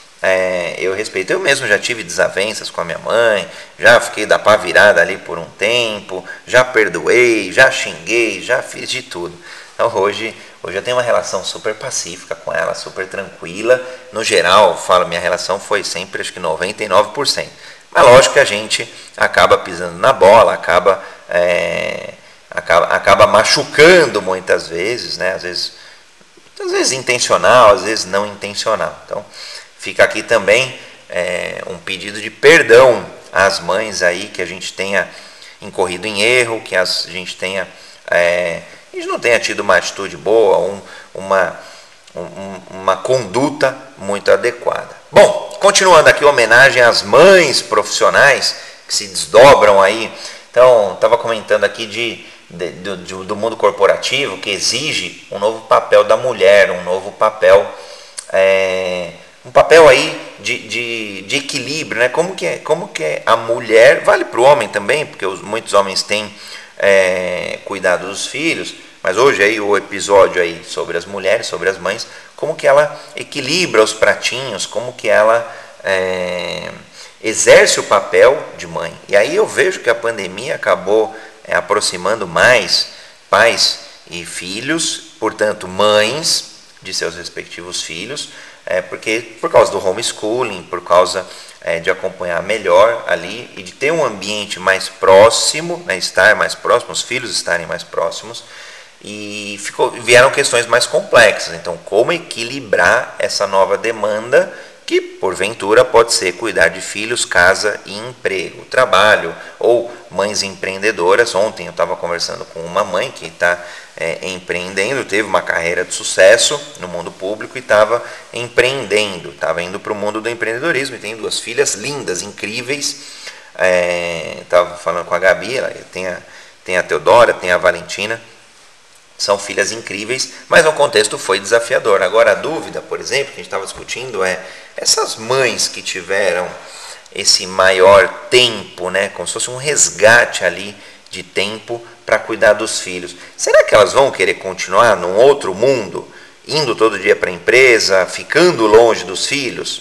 é, eu respeito. Eu mesmo já tive desavenças com a minha mãe, já fiquei da pá virada ali por um tempo, já perdoei, já xinguei, já fiz de tudo. Então hoje, hoje eu tenho uma relação super pacífica com ela, super tranquila. No geral, eu falo, minha relação foi sempre, acho que noventa e nove por cento. Mas lógico que a gente acaba pisando na bola, acaba, é, acaba, acaba machucando muitas vezes, né? Às vezes, às vezes intencional, às vezes não intencional. Então, fica aqui também é, um pedido de perdão às mães aí, que a gente tenha incorrido em erro, que a gente tenha... É, a gente não tenha tido uma atitude boa, um, uma, um, uma conduta muito adequada. Bom, continuando aqui, homenagem às mães profissionais que se desdobram aí. Então, estava comentando aqui de, de, do, do mundo corporativo, que exige um novo papel da mulher, um novo papel, é, um papel aí de, de, de equilíbrio, né? Como que, é, como que é a mulher, vale para o homem também, porque os, muitos homens têm é, cuidado dos filhos, mas hoje aí o episódio aí sobre as mulheres, sobre as mães, como que ela equilibra os pratinhos, como que ela é, exerce o papel de mãe. E aí eu vejo que a pandemia acabou é, aproximando mais pais e filhos, portanto mães de seus respectivos filhos, é, porque por causa do homeschooling, por causa é, de acompanhar melhor ali e de ter um ambiente mais próximo, né, estar mais próximo, os filhos estarem mais próximos. E ficou, vieram questões mais complexas. Então, como equilibrar essa nova demanda que porventura pode ser cuidar de filhos, casa e emprego, trabalho, ou mães empreendedoras. Ontem eu estava conversando com uma mãe que está é, empreendendo, teve uma carreira de sucesso no mundo público e estava empreendendo, estava indo para o mundo do empreendedorismo e tem duas filhas lindas, incríveis. Estava é, falando com a Gabi, ela tem a, tem a Teodora, tem a Valentina. São filhas incríveis, mas o contexto foi desafiador. Agora, a dúvida, por exemplo, que a gente estava discutindo é essas mães que tiveram esse maior tempo, né, como se fosse um resgate ali de tempo para cuidar dos filhos. Será que elas vão querer continuar num outro mundo, indo todo dia para a empresa, ficando longe dos filhos?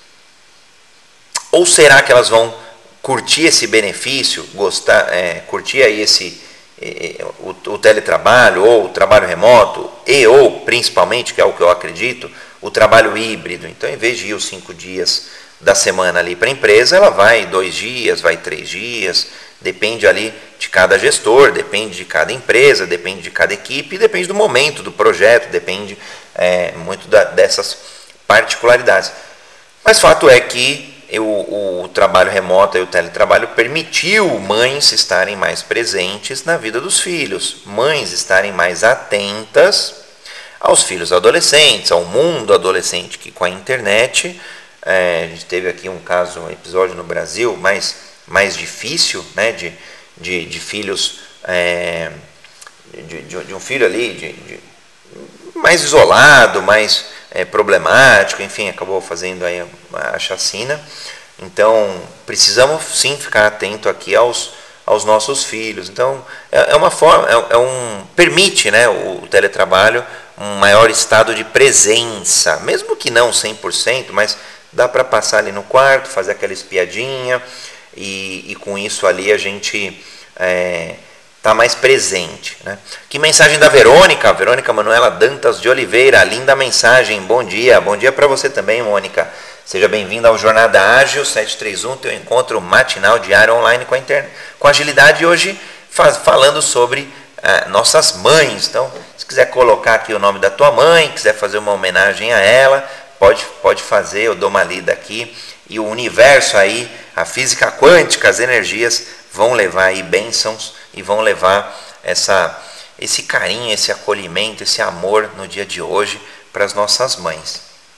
Ou será que elas vão curtir esse benefício, gostar, é, curtir aí esse O, o teletrabalho ou o trabalho remoto e ou principalmente, que é o que eu acredito, o trabalho híbrido? Então, em vez de ir os cinco dias da semana ali para a empresa, ela vai dois dias, vai três dias, depende ali de cada gestor, depende de cada empresa, depende de cada equipe, depende do momento do projeto, depende é, muito da, dessas particularidades. Mas fato é que O, o trabalho remoto e o teletrabalho permitiu mães estarem mais presentes na vida dos filhos, mães estarem mais atentas aos filhos adolescentes, ao mundo adolescente, que com a internet, é, a gente teve aqui um caso, um episódio no Brasil mais, mais difícil, né, de, de, de filhos, é, de, de, de um filho ali de, de, mais isolado, mais É, problemático, enfim, acabou fazendo aí a chacina. Então, precisamos sim ficar atento aqui aos, aos nossos filhos. Então, é, é uma forma, é, é um, permite, né, o, o teletrabalho um maior estado de presença, mesmo que não cem por cento, mas dá para passar ali no quarto, fazer aquela espiadinha e, e com isso ali a gente é, está mais presente, né? Que mensagem da Verônica, Verônica Manuela Dantas de Oliveira, linda mensagem, bom dia, bom dia para você também, Mônica, seja bem-vinda ao Jornada Ágil sete três um, teu encontro matinal diário online com, a internet, com agilidade, hoje faz, falando sobre ah, nossas mães. Então, se quiser colocar aqui o nome da tua mãe, quiser fazer uma homenagem a ela, pode, pode fazer, eu dou uma lida aqui, e o universo aí, a física quântica, as energias vão levar aí bênçãos e vão levar essa, esse carinho, esse acolhimento, esse amor no dia de hoje para as nossas mães.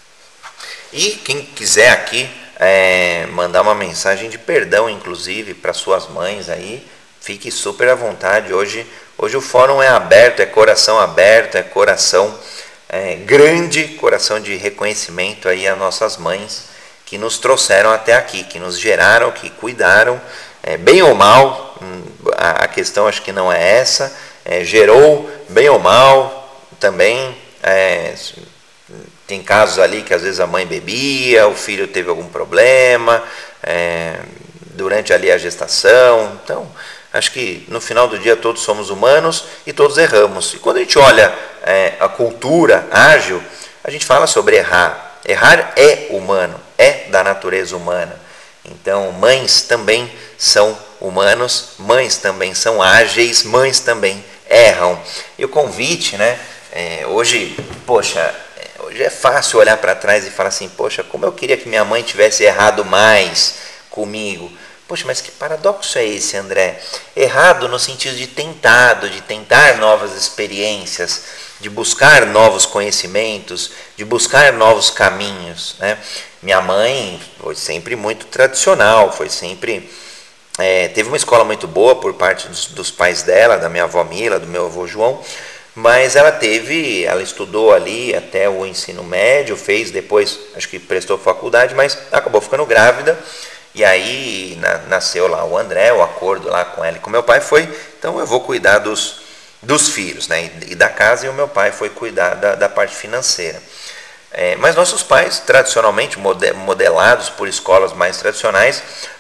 E quem quiser aqui é, mandar uma mensagem de perdão, inclusive, para suas mães aí, fique super à vontade. Hoje, hoje o fórum é aberto, é coração aberto, é coração é, grande, coração de reconhecimento aí às nossas mães que nos trouxeram até aqui, que nos geraram, que cuidaram, é, bem ou mal, a questão acho que não é essa, é, gerou bem ou mal também, é, tem casos ali que às vezes a mãe bebia, o filho teve algum problema, é, durante ali a gestação. Então, acho que no final do dia todos somos humanos e todos erramos. E quando a gente olha é, a cultura ágil, a gente fala sobre errar. Errar é humano, é da natureza humana. Então, mães também são humanos, mães também são ágeis, mães também erram. E o convite, né? É, hoje, poxa, hoje é fácil olhar para trás e falar assim, poxa, como eu queria que minha mãe tivesse errado mais comigo. Poxa, mas que paradoxo é esse, André? Errado no sentido de tentado, de tentar novas experiências, de buscar novos conhecimentos, de buscar novos caminhos, né? Minha mãe foi sempre muito tradicional, foi sempre... É, teve uma escola muito boa por parte dos, dos pais dela, da minha avó Mila, do meu avô João, mas ela teve, ela estudou ali até o ensino médio, fez depois, acho que prestou faculdade, mas acabou ficando grávida, e aí na, nasceu lá o André, o acordo lá com ela e com meu pai foi, então eu vou cuidar dos, dos filhos, né, e, e da casa, e o meu pai foi cuidar da, da parte financeira. É, mas nossos pais, tradicionalmente modelados por escolas mais tradicionais,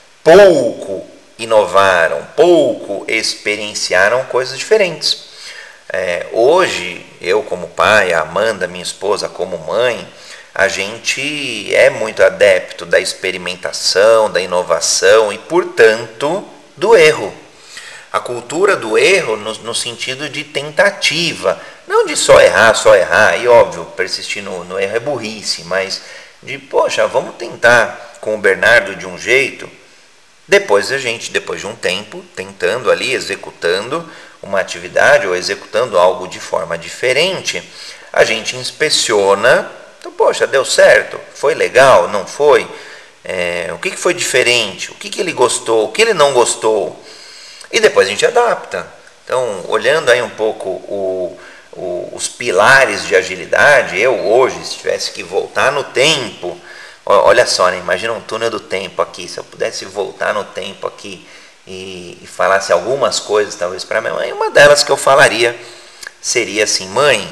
pouco inovaram, pouco experienciaram coisas diferentes. É, hoje, eu como pai, a Amanda, minha esposa, como mãe, a gente é muito adepto da experimentação, da inovação e, portanto, do erro. A cultura do erro no, no sentido de tentativa, não de só errar, só errar, e óbvio, persistir no, no erro é burrice, mas de, poxa, vamos tentar com o Bernardo de um jeito, depois a gente, depois de um tempo, tentando ali, executando uma atividade ou executando algo de forma diferente, a gente inspeciona, então, poxa, deu certo, foi legal, não foi? É, o que, que foi diferente? O que, que ele gostou? O que ele não gostou? E depois a gente adapta. Então, olhando aí um pouco o, o, os pilares de agilidade, eu hoje, se tivesse que voltar no tempo, olha só, né? Imagina um túnel do tempo aqui, se eu pudesse voltar no tempo aqui e, e falasse algumas coisas talvez para minha mãe, uma delas que eu falaria seria assim: mãe,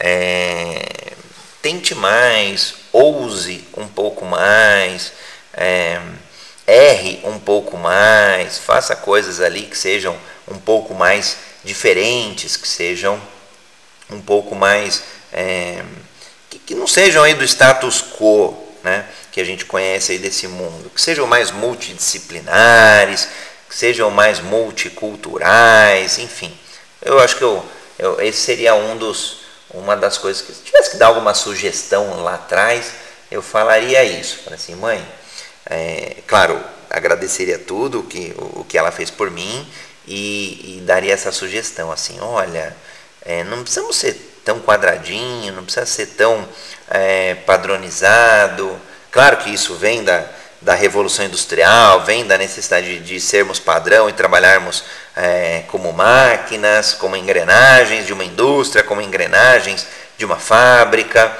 é, tente mais, ouse um pouco mais, é, erre um pouco mais, faça coisas ali que sejam um pouco mais diferentes, que sejam um pouco mais, é, que, que não sejam aí do status quo, né, que a gente conhece aí desse mundo, que sejam mais multidisciplinares, que sejam mais multiculturais, enfim. Eu acho que eu, eu, esse seria um dos, uma das coisas que, se tivesse que dar alguma sugestão lá atrás, eu falaria isso. Falaria assim: mãe, é, claro, agradeceria tudo que, o, o que ela fez por mim e, e daria essa sugestão, assim: olha, é, não precisamos ser tão quadradinho, não precisa ser tão é, padronizado. Claro que isso vem da, da Revolução Industrial, vem da necessidade de, de sermos padrão e trabalharmos é, como máquinas, como engrenagens de uma indústria, como engrenagens de uma fábrica,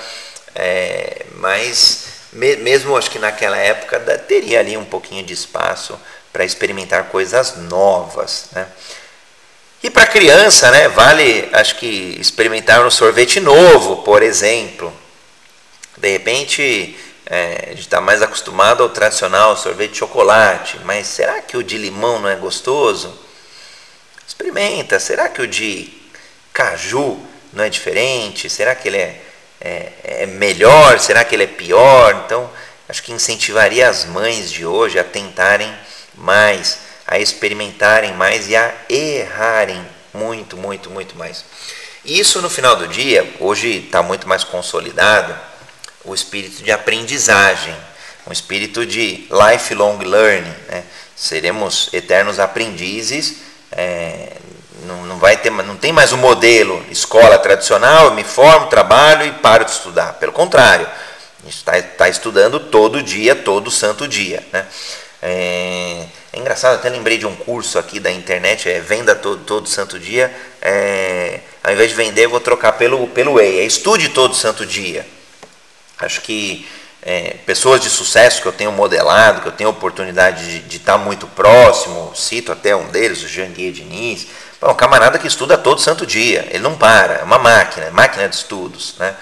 é, mas me, mesmo acho que naquela época da, teria ali um pouquinho de espaço para experimentar coisas novas, né? E para criança, né, vale, acho que, experimentar um sorvete novo, por exemplo. De repente, é, a gente está mais acostumado ao tradicional sorvete de chocolate, mas será que o de limão não é gostoso? Experimenta. Será que o de caju não é diferente? Será que ele é, é, é melhor? Será que ele é pior? Então, acho que incentivaria as mães de hoje a tentarem mais, a experimentarem mais e a errarem muito, muito, muito mais. Isso, no final do dia, hoje está muito mais consolidado o espírito de aprendizagem, um espírito de lifelong learning, né? Seremos eternos aprendizes, é, não, não, vai ter, não tem mais um modelo escola tradicional: eu me formo, trabalho e paro de estudar. Pelo contrário, a gente está tá estudando todo dia, todo santo dia, né? É, é engraçado, até lembrei de um curso aqui da internet, é venda todo, todo santo dia, é, ao invés de vender, eu vou trocar pelo, pelo E I, é estude todo santo dia. Acho que é, pessoas de sucesso que eu tenho modelado, que eu tenho oportunidade de, de estar muito próximo, cito até um deles, o Janguier Diniz, é um camarada que estuda todo santo dia, ele não para, é uma máquina, máquina de estudos, né?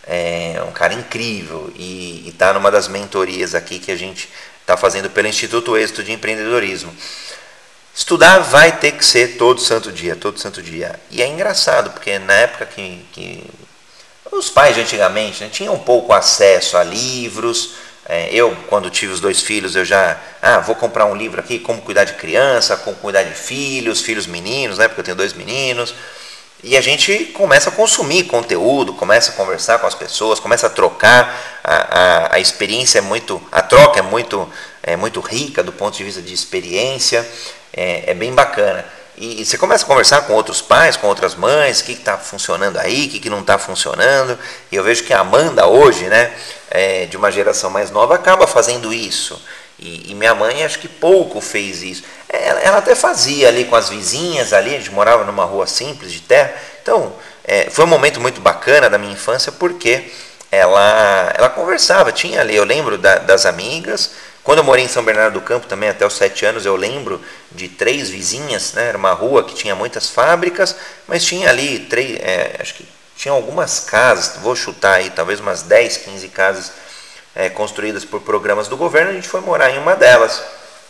É um cara incrível e está numa das mentorias aqui que a gente está fazendo pelo Instituto Êxito de Empreendedorismo. Estudar vai ter que ser todo santo dia, todo santo dia. E é engraçado, porque na época que, que os pais de antigamente, né, tinham pouco acesso a livros. É, eu, quando tive os dois filhos, eu já, ah, vou comprar um livro aqui, como cuidar de criança, como cuidar de filhos, filhos meninos, né, porque eu tenho dois meninos. E a gente começa a consumir conteúdo, começa a conversar com as pessoas, começa a trocar, a, a, a experiência é muito, a troca é muito, é muito rica do ponto de vista de experiência, é, é bem bacana. E, e você começa a conversar com outros pais, com outras mães, o que está funcionando aí, o que, que não está funcionando. E eu vejo que a Amanda hoje, né, é, de uma geração mais nova, acaba fazendo isso. E, e minha mãe acho que pouco fez isso. Ela, ela até fazia ali com as vizinhas, ali, a gente morava numa rua simples de terra. Então, é, foi um momento muito bacana da minha infância, porque ela, ela conversava, tinha ali, eu lembro da, das amigas. Quando eu morei em São Bernardo do Campo também, até os sete anos, eu lembro de três vizinhas, né? Era uma rua que tinha muitas fábricas, mas tinha ali, três, é, acho que tinha algumas casas, vou chutar aí, talvez umas dez, quinze casas É, construídas por programas do governo. A gente foi morar em uma delas,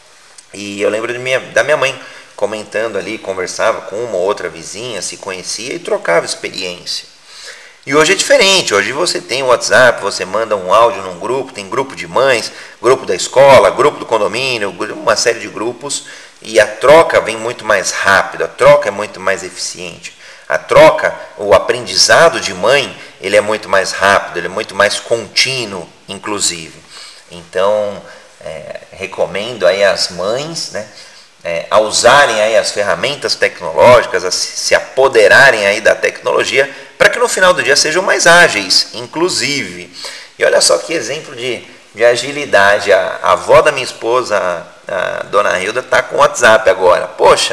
e eu lembro de minha, da minha mãe comentando ali, conversava com uma ou outra vizinha, se conhecia e trocava experiência. E hoje é diferente, hoje você tem o WhatsApp, você manda um áudio num grupo, tem grupo de mães, grupo da escola, grupo do condomínio, uma série de grupos, e a troca vem muito mais rápido, a troca é muito mais eficiente. A troca, o aprendizado de mãe, ele é muito mais rápido, ele é muito mais contínuo inclusive. Então, é, recomendo aí às mães, né, é, a usarem aí as ferramentas tecnológicas, a se apoderarem aí da tecnologia, para que no final do dia sejam mais ágeis, inclusive. E olha só que exemplo de, de agilidade. A, a avó da minha esposa, a, a dona Hilda, está com o WhatsApp agora. Poxa,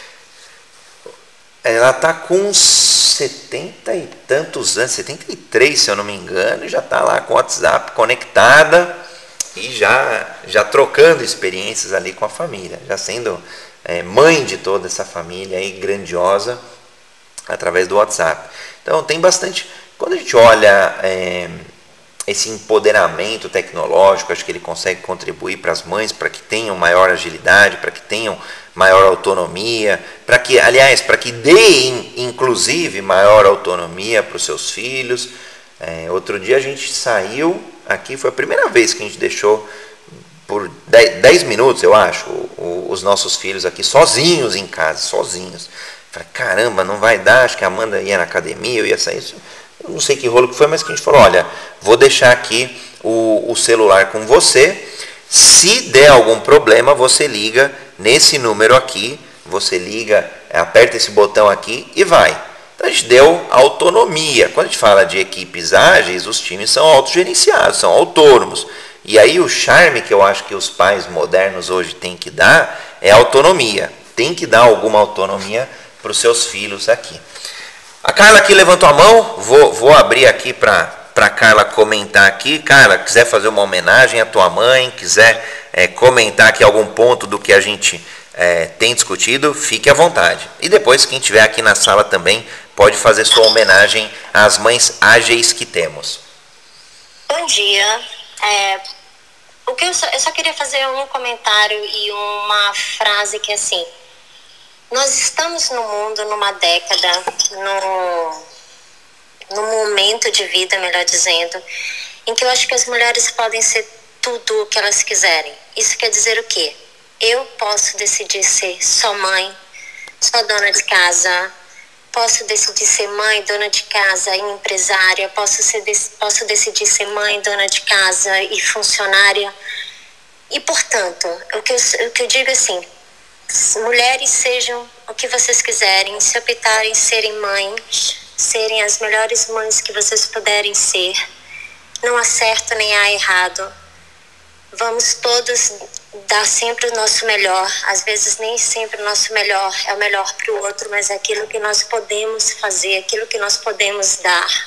ela está com setenta e tantos anos, setenta e três se eu não me engano, e já está lá com o WhatsApp conectada e já, já trocando experiências ali com a família, já sendo é, mãe de toda essa família aí grandiosa através do WhatsApp. Então tem bastante, quando a gente olha é, esse empoderamento tecnológico, acho que ele consegue contribuir para as mães, para que tenham maior agilidade, para que tenham maior autonomia, para que, aliás, para que deem, inclusive, maior autonomia para os seus filhos. É, outro dia a gente saiu aqui, foi a primeira vez que a gente deixou por dez minutos, eu acho, o, os nossos filhos aqui sozinhos em casa, sozinhos. Falei, caramba, não vai dar, acho que a Amanda ia na academia, eu ia sair, eu não sei que rolo que foi, mas que a gente falou, olha, vou deixar aqui o, o celular com você, se der algum problema, você liga nesse número aqui, você liga, aperta esse botão aqui e vai. Então a gente deu autonomia. Quando a gente fala de equipes ágeis, os times são autogerenciados, são autônomos. E aí o charme que eu acho que os pais modernos hoje têm que dar é autonomia. Tem que dar alguma autonomia para os seus filhos aqui. A Carla aqui levantou a mão, vou, vou abrir aqui para a Carla comentar aqui. Carla, quiser fazer uma homenagem à tua mãe, quiser é, comentar aqui algum ponto do que a gente é, tem discutido, fique à vontade. E depois, quem estiver aqui na sala também, pode fazer sua homenagem às mães ágeis que temos. Bom dia. É, o que eu, só, eu só queria fazer um comentário e uma frase que é assim: nós estamos no mundo, numa década, no, no momento de vida, melhor dizendo, em que eu acho que as mulheres podem ser tudo o que elas quiserem. Isso quer dizer o quê? Eu posso decidir ser só mãe, só dona de casa, posso decidir ser mãe, dona de casa e empresária, posso, ser, posso decidir ser mãe, dona de casa e funcionária. E, portanto, o que eu, o que eu digo é assim: mulheres, sejam o que vocês quiserem, se optarem serem mães, serem as melhores mães que vocês puderem ser. Não há certo nem há errado. Vamos todos dar sempre o nosso melhor. Às vezes nem sempre o nosso melhor é o melhor para o outro, mas é aquilo que nós podemos fazer, aquilo que nós podemos dar.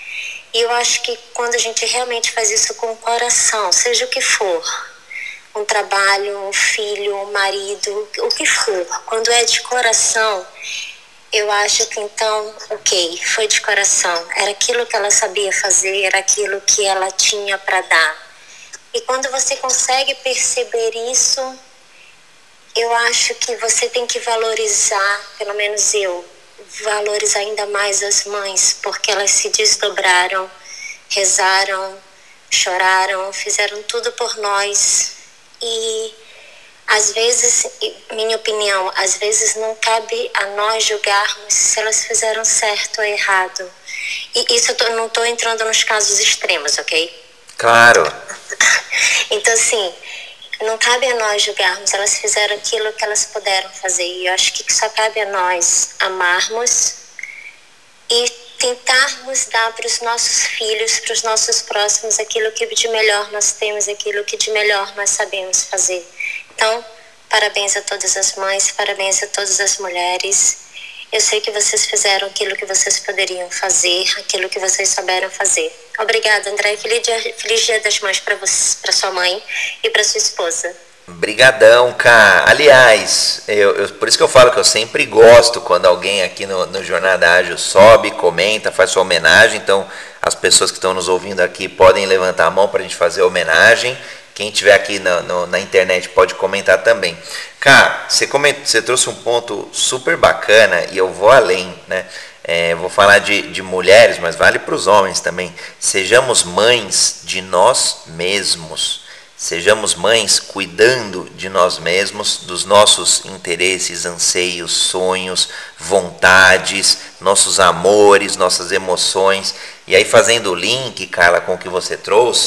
E eu acho que quando a gente realmente faz isso com o coração, seja o que for, um trabalho, um filho, um marido, o que for, quando é de coração, eu acho que então, ok, foi de coração, era aquilo que ela sabia fazer, era aquilo que ela tinha para dar. E quando você consegue perceber isso, eu acho que você tem que valorizar, pelo menos eu, valorizar ainda mais as mães, porque elas se desdobraram, rezaram, choraram, fizeram tudo por nós. E às vezes, minha opinião, às vezes não cabe a nós julgarmos se elas fizeram certo ou errado. E isso eu tô, não estou entrando nos casos extremos, ok? Claro. Então, assim, não cabe a nós julgarmos, elas fizeram aquilo que elas puderam fazer. E eu acho que só cabe a nós amarmos e tentarmos dar para os nossos filhos, para os nossos próximos, aquilo que de melhor nós temos, aquilo que de melhor nós sabemos fazer. Então, parabéns a todas as mães, parabéns a todas as mulheres. Eu sei que vocês fizeram aquilo que vocês poderiam fazer, aquilo que vocês souberam fazer. Obrigada, André. Feliz dia, feliz dia das Mães para você, para sua mãe e para sua esposa. Brigadão, cara. Aliás, eu, eu, por isso que eu falo que eu sempre gosto quando alguém aqui no, no Jornada Ágil sobe, comenta, faz sua homenagem. Então, as pessoas que estão nos ouvindo aqui podem levantar a mão para a gente fazer a homenagem. Quem estiver aqui na, no, na internet pode comentar também. Cá, você, comentou, você trouxe um ponto super bacana e eu vou além, né? É, vou falar de, de mulheres, mas vale para os homens também. Sejamos mães de nós mesmos. Sejamos mães cuidando de nós mesmos, dos nossos interesses, anseios, sonhos, vontades, nossos amores, nossas emoções. E aí, fazendo o link, Carla, com o que você trouxe,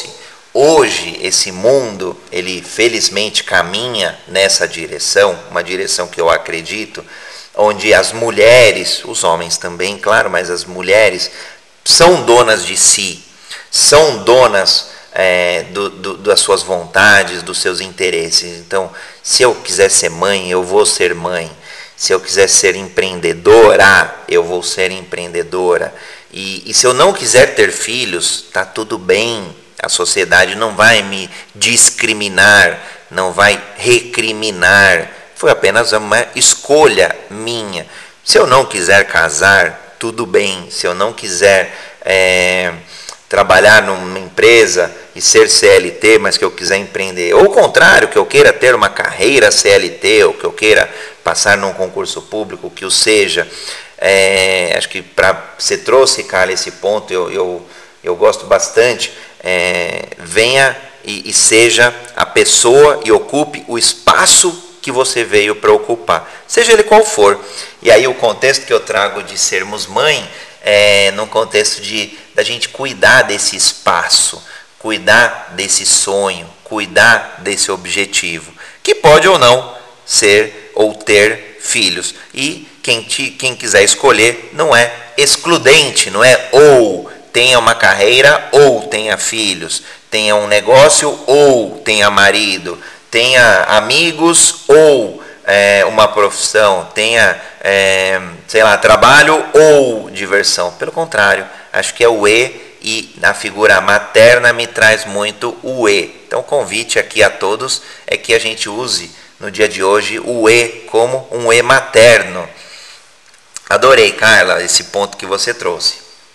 Hoje, esse mundo, ele felizmente caminha nessa direção, uma direção que eu acredito, onde as mulheres, os homens também, claro, mas as mulheres são donas de si, são donas é, do, do, das suas vontades, dos seus interesses. Então, se eu quiser ser mãe, eu vou ser mãe. Se eu quiser ser empreendedora, eu vou ser empreendedora. E, e se eu não quiser ter filhos, tá tudo bem. A sociedade não vai me discriminar, não vai recriminar. Foi apenas uma escolha minha. Se eu não quiser casar, tudo bem. Se eu não quiser é, trabalhar numa empresa e ser C L T, mas que eu quiser empreender, ou o contrário, que eu queira ter uma carreira C L T, ou que eu queira passar num concurso público, que o seja, é, acho que para você trouxe, Carla, esse ponto, eu, eu, eu gosto bastante, é, venha e, e seja a pessoa e ocupe o espaço que você veio para ocupar, seja ele qual for. E aí o contexto que eu trago de sermos mãe, é no contexto de da gente cuidar desse espaço, cuidar desse sonho, cuidar desse objetivo, que pode ou não ser ou ter filhos. E quem, te, quem quiser escolher não é excludente, não é ou tenha uma carreira ou tenha filhos, tenha um negócio ou tenha marido, tenha amigos ou é, uma profissão, tenha, é, sei lá, trabalho ou diversão. Pelo contrário, acho que é o E, e na figura materna me traz muito o E. Então o convite aqui a todos é que a gente use no dia de hoje o E como um E materno. Adorei, Carla, esse ponto que você trouxe.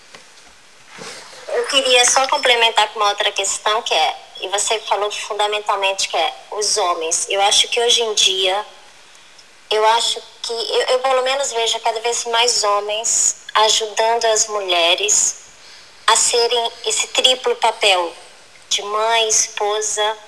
Eu queria só complementar com uma outra questão, que é, e você falou fundamentalmente, que é os homens. Eu acho que hoje em dia, eu acho que, eu, eu pelo menos vejo cada vez mais homens ajudando as mulheres a serem esse triplo papel de mãe, esposa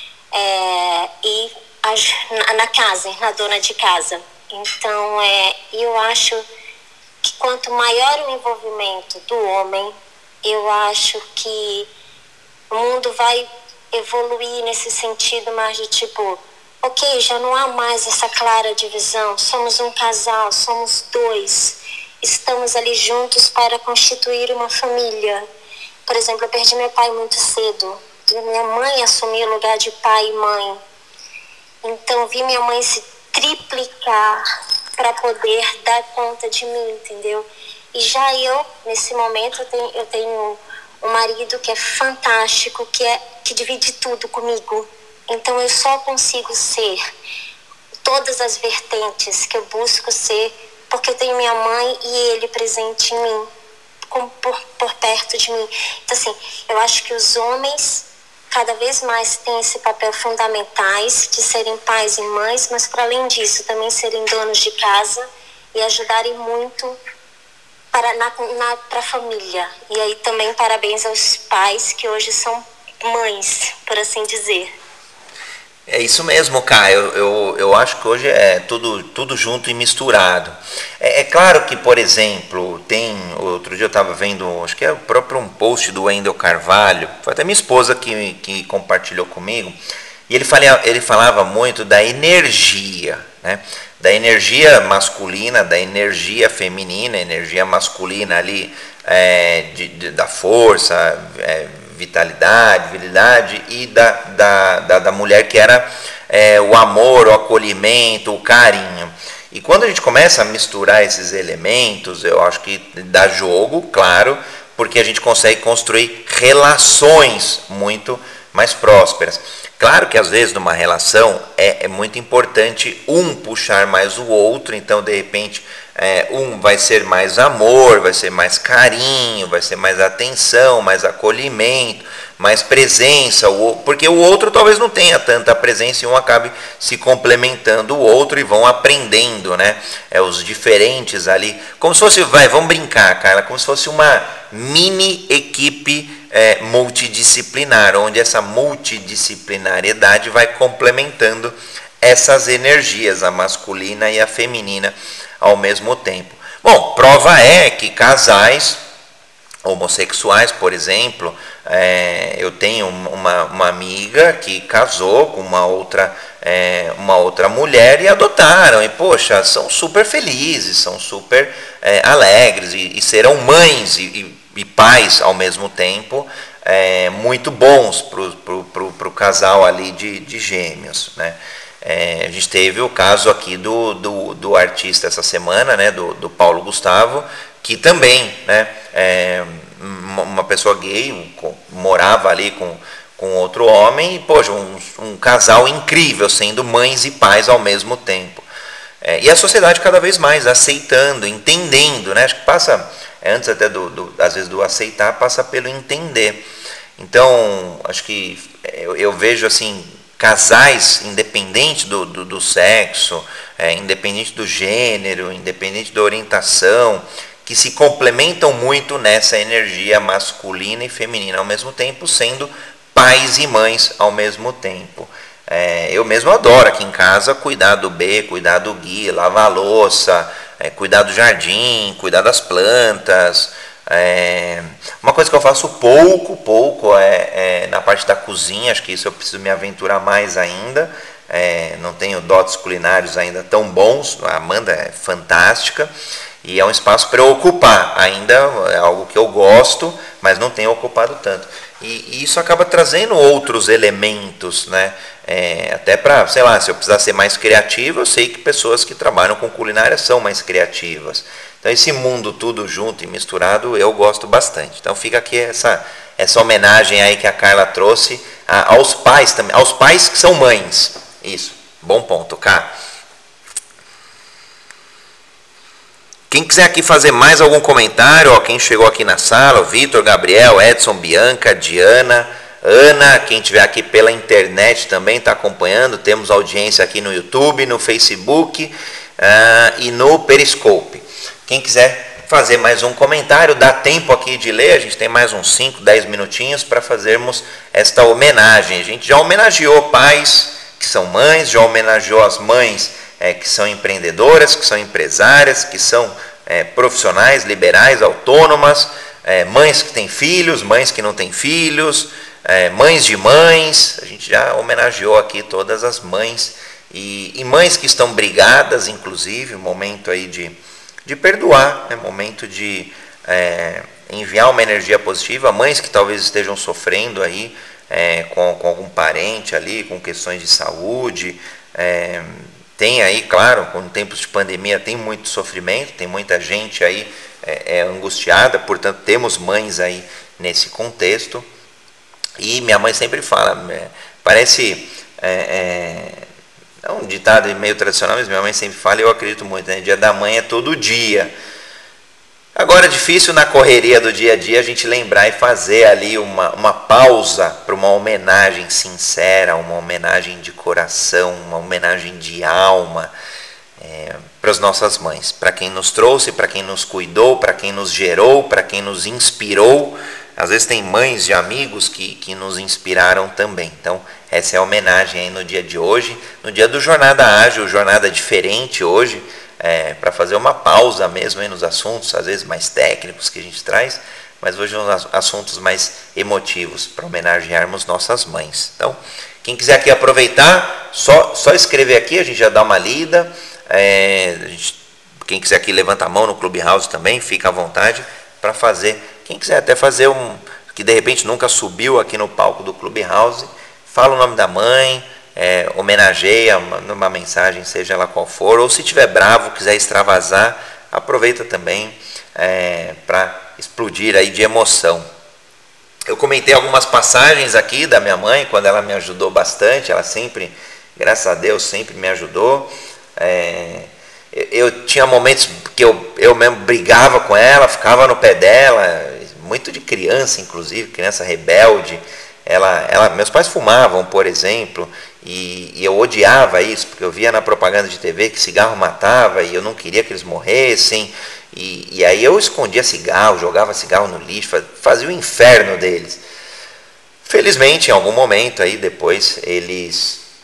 é, e a, na, na casa, na dona de casa. Então, é, eu acho que quanto maior o envolvimento do homem, eu acho que o mundo vai evoluir nesse sentido mais de tipo, ok, já não há mais essa clara divisão, somos um casal, somos dois, estamos ali juntos para constituir uma família. Por exemplo, eu perdi meu pai muito cedo, e minha mãe assumiu o lugar de pai e mãe. Então, vi minha mãe se triplicar para poder dar conta de mim, entendeu? E já eu, nesse momento, eu tenho, eu tenho um marido que é fantástico, que, é, que divide tudo comigo. Então, eu só consigo ser todas as vertentes que eu busco ser, porque eu tenho minha mãe e ele presente em mim, com, por, por perto de mim. Então, assim, eu acho que os homens cada vez mais têm esse papel fundamentais de serem pais e mães, mas, para além disso, também serem donos de casa e ajudarem muito para na, na, para a família. E aí também parabéns aos pais que hoje são mães, por assim dizer. É isso mesmo, Caio. Eu, eu, eu acho que hoje é tudo, tudo junto e misturado. É, é claro que, por exemplo, tem. Outro dia eu estava vendo, acho que é o próprio um post do Wendel Carvalho, foi até minha esposa que, que compartilhou comigo, e ele, fala, ele falava muito da energia, né? Da energia masculina, da energia feminina, energia masculina ali, é, de, de, da força, é, vitalidade, virilidade, e da, da, da, da mulher que era é, o amor, o acolhimento, o carinho. E quando a gente começa a misturar esses elementos, eu acho que dá jogo, claro, porque a gente consegue construir relações muito mais prósperas. Claro que às vezes numa relação é, é muito importante um puxar mais o outro, então de repente é, um vai ser mais amor, vai ser mais carinho, vai ser mais atenção, mais acolhimento, mais presença, porque o outro talvez não tenha tanta presença e um acabe se complementando o outro e vão aprendendo, né? É, os diferentes ali, como se fosse, vai, vamos brincar, Carla, como se fosse uma mini equipe É, multidisciplinar, onde essa multidisciplinariedade vai complementando essas energias, a masculina e a feminina ao mesmo tempo. Bom, prova é que casais homossexuais, por exemplo, É, eu tenho uma, uma amiga que casou com uma outra, é, uma outra mulher e adotaram. E, poxa, são super felizes, são super é, alegres e, e serão mães e, e, e pais ao mesmo tempo, é, muito bons para o pro, pro, pro casal ali de, de gêmeos, né? É, a gente teve o caso aqui do, do, do artista essa semana, né, do, do Paulo Gustavo, que também, né, é, uma pessoa gay, morava ali com, com outro homem, e, poxa, um, um casal incrível, sendo mães e pais ao mesmo tempo. É, e a sociedade cada vez mais aceitando, entendendo, né, acho que passa, antes até do, do, às vezes do aceitar, passa pelo entender. Então, acho que eu, eu vejo assim, casais, independente do, do, do sexo, é, independente do gênero, independente da orientação, que se complementam muito nessa energia masculina e feminina ao mesmo tempo, sendo pais e mães ao mesmo tempo. É, eu mesmo adoro aqui em casa cuidar do B, cuidar do Gui, lavar a louça, é, cuidar do jardim, cuidar das plantas. É, uma coisa que eu faço pouco, pouco é, é na parte da cozinha, acho que isso eu preciso me aventurar mais ainda. É, não tenho dotes culinários ainda tão bons, a Amanda é fantástica. E é um espaço para eu ocupar, ainda é algo que eu gosto, mas não tenho ocupado tanto. E, e isso acaba trazendo outros elementos, né? É, até para, sei lá, se eu precisar ser mais criativo, eu sei que pessoas que trabalham com culinária são mais criativas. Então esse mundo tudo junto e misturado eu gosto bastante. Então fica aqui essa, essa homenagem aí que a Carla trouxe a, aos pais também, aos pais que são mães. Isso, bom ponto, Cá. Quem quiser aqui fazer mais algum comentário, ó, quem chegou aqui na sala, o Vitor, Gabriel, Edson, Bianca, Diana, Ana, quem estiver aqui pela internet também está acompanhando, temos audiência aqui no YouTube, no Facebook uh, e no Periscope. Quem quiser fazer mais um comentário, dá tempo aqui de ler, a gente tem mais uns cinco, dez minutinhos para fazermos esta homenagem. A gente já homenageou pais que são mães, já homenageou as mães É, que são empreendedoras, que são empresárias, que são é, profissionais, liberais, autônomas, é, mães que têm filhos, mães que não têm filhos, é, mães de mães. A gente já homenageou aqui todas as mães e, e mães que estão brigadas, inclusive, momento aí de, de perdoar, né, momento de é, enviar uma energia positiva, mães que talvez estejam sofrendo aí é, com, com algum parente ali, com questões de saúde. É, Tem aí, claro, com tempos de pandemia tem muito sofrimento, tem muita gente aí é, é, angustiada, portanto temos mães aí nesse contexto. E minha mãe sempre fala, é, parece, é, é, é um ditado meio tradicional, mas minha mãe sempre fala, e eu acredito muito, né? Dia da mãe é todo dia. Agora é difícil na correria do dia a dia a gente lembrar e fazer ali uma, uma pausa para uma homenagem sincera, uma homenagem de coração, uma homenagem de alma é, para as nossas mães, para quem nos trouxe, para quem nos cuidou, para quem nos gerou, para quem nos inspirou. Às vezes tem mães de amigos que, que nos inspiraram também. Então essa é a homenagem aí no dia de hoje, no dia do Jornada Ágil, jornada diferente hoje, É, para fazer uma pausa mesmo aí nos assuntos, às vezes mais técnicos que a gente traz, mas hoje uns assuntos mais emotivos, para homenagearmos nossas mães. Então, quem quiser aqui aproveitar, só, só escrever aqui, a gente já dá uma lida. É, a gente, quem quiser aqui levanta a mão no Clubhouse também, fica à vontade para fazer. Quem quiser até fazer um, que de repente nunca subiu aqui no palco do Clubhouse, fala o nome da mãe, É, homenageia, manda uma mensagem, seja ela qual for, ou se tiver bravo, quiser extravasar, aproveita também é, para explodir aí de emoção. Eu comentei algumas passagens aqui da minha mãe, quando ela me ajudou bastante, ela sempre, graças a Deus, sempre me ajudou. É, eu, eu tinha momentos que eu, eu mesmo brigava com ela, ficava no pé dela, muito de criança, inclusive, criança rebelde. Ela, ela, meus pais fumavam, por exemplo, e, e eu odiava isso, porque eu via na propaganda de T V que cigarro matava e eu não queria que eles morressem, e, e aí eu escondia cigarro, jogava cigarro no lixo, fazia o inferno deles. Felizmente, em algum momento aí depois, eles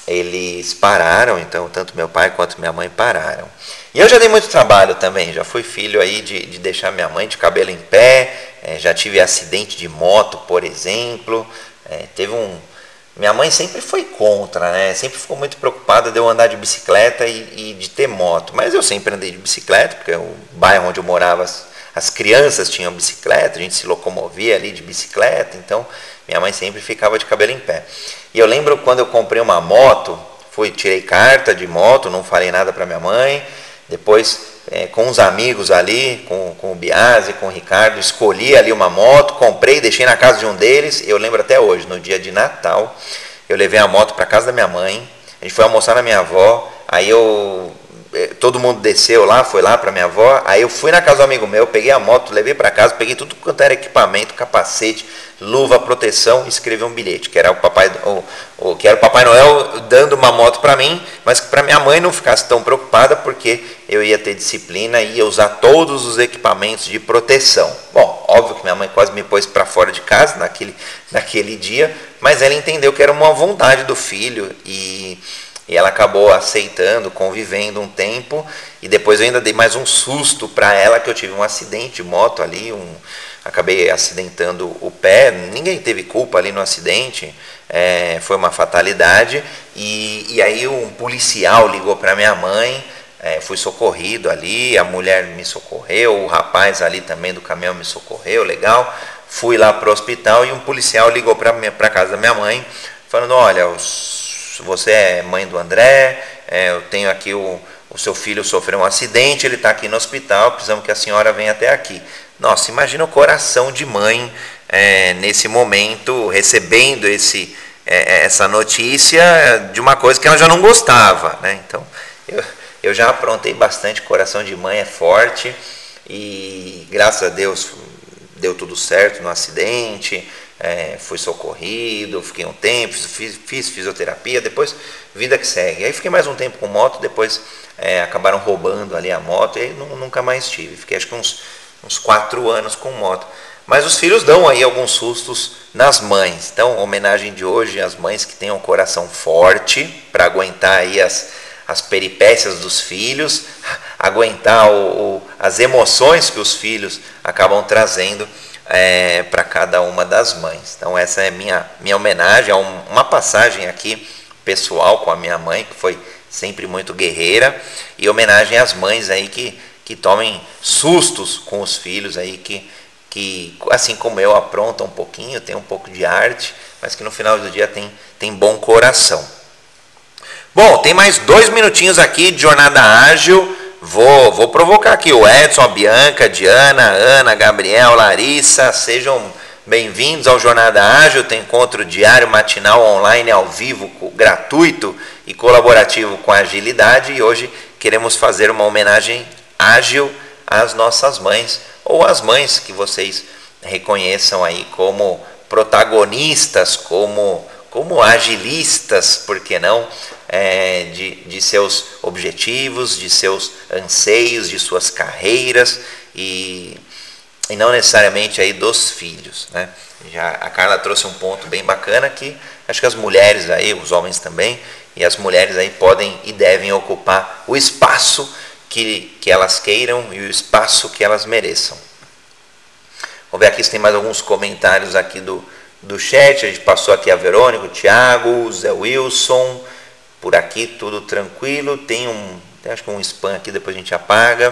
eles pararam, então tanto meu pai quanto minha mãe pararam. E eu já dei muito trabalho também, já fui filho aí de, de deixar minha mãe de cabelo em pé, é, já tive acidente de moto, por exemplo, é, teve um... Minha mãe sempre foi contra, né? Sempre ficou muito preocupada de eu andar de bicicleta e, e de ter moto, mas eu sempre andei de bicicleta, porque o bairro onde eu morava, as, as crianças tinham bicicleta, a gente se locomovia ali de bicicleta, então minha mãe sempre ficava de cabelo em pé. E eu lembro quando eu comprei uma moto, fui, tirei carta de moto, não falei nada para minha mãe, depois é, com uns amigos ali, com, com o Biase, com o Ricardo, escolhi ali uma moto, comprei, deixei na casa de um deles, eu lembro até hoje, no dia de Natal, eu levei a moto para casa da minha mãe, a gente foi almoçar na minha avó, aí eu... todo mundo desceu lá, foi lá para minha avó, aí eu fui na casa do amigo meu, peguei a moto, levei para casa, peguei tudo quanto era equipamento, capacete, luva, proteção, e escrevi um bilhete, que era o papai, o, o, que era o Papai Noel dando uma moto para mim, mas que para minha mãe não ficasse tão preocupada, porque eu ia ter disciplina e ia usar todos os equipamentos de proteção. Bom, óbvio que minha mãe quase me pôs para fora de casa naquele, naquele dia, mas ela entendeu que era uma vontade do filho e... E ela acabou aceitando, convivendo um tempo, e depois eu ainda dei mais um susto para ela, que eu tive um acidente de moto ali, um, acabei acidentando o pé, ninguém teve culpa ali no acidente, é, foi uma fatalidade, e, e aí um policial ligou para minha mãe, é, fui socorrido ali, a mulher me socorreu, o rapaz ali também do caminhão me socorreu, legal, fui lá para o hospital e um policial ligou para a casa da minha mãe, falando, olha, os você é mãe do André, é, eu tenho aqui o, o seu filho sofreu um acidente, ele está aqui no hospital, precisamos que a senhora venha até aqui. Nossa, imagina o coração de mãe é, nesse momento, recebendo esse, é, essa notícia de uma coisa que ela já não gostava, né? Então, eu, eu já aprontei bastante, coração de mãe é forte, e graças a Deus deu tudo certo no acidente, É, fui socorrido, fiquei um tempo, fiz, fiz fisioterapia, depois vida que segue. Aí fiquei mais um tempo com moto, depois é, acabaram roubando ali a moto e não, nunca mais tive. Fiquei acho que uns, uns quatro anos com moto. Mas os filhos dão aí alguns sustos nas mães. Então, homenagem de hoje às mães que tenham um coração forte para aguentar aí as, as peripécias dos filhos, aguentar o, o, as emoções que os filhos acabam trazendo É, para cada uma das mães. Então essa é minha minha homenagem a um, uma passagem aqui pessoal com a minha mãe, que foi sempre muito guerreira, e homenagem às mães aí que, que tomem sustos com os filhos aí, que, que assim como eu aprontam um pouquinho, tem um pouco de arte, mas que no final do dia tem, tem bom coração. Bom, tem mais dois minutinhos aqui de Jornada Ágil. Vou, vou provocar aqui o Edson, a Bianca, a Diana, a Ana, a Gabriel, a Larissa, sejam bem-vindos ao Jornada Ágil, tem encontro diário, matinal, online, ao vivo, gratuito e colaborativo com a agilidade, e hoje queremos fazer uma homenagem ágil às nossas mães, ou às mães que vocês reconheçam aí como protagonistas, como, como agilistas, por que não? É, de, de seus objetivos, de seus anseios, de suas carreiras e, e não necessariamente aí dos filhos, né? Já a Carla trouxe um ponto bem bacana que acho que as mulheres aí, os homens também, e as mulheres aí podem e devem ocupar o espaço que, que elas queiram e o espaço que elas mereçam. Vamos ver aqui se tem mais alguns comentários aqui do, do chat. A gente passou aqui a Verônica, o Thiago, o Zé Wilson. Por aqui tudo tranquilo, tem um, tem acho que um spam aqui, depois a gente apaga.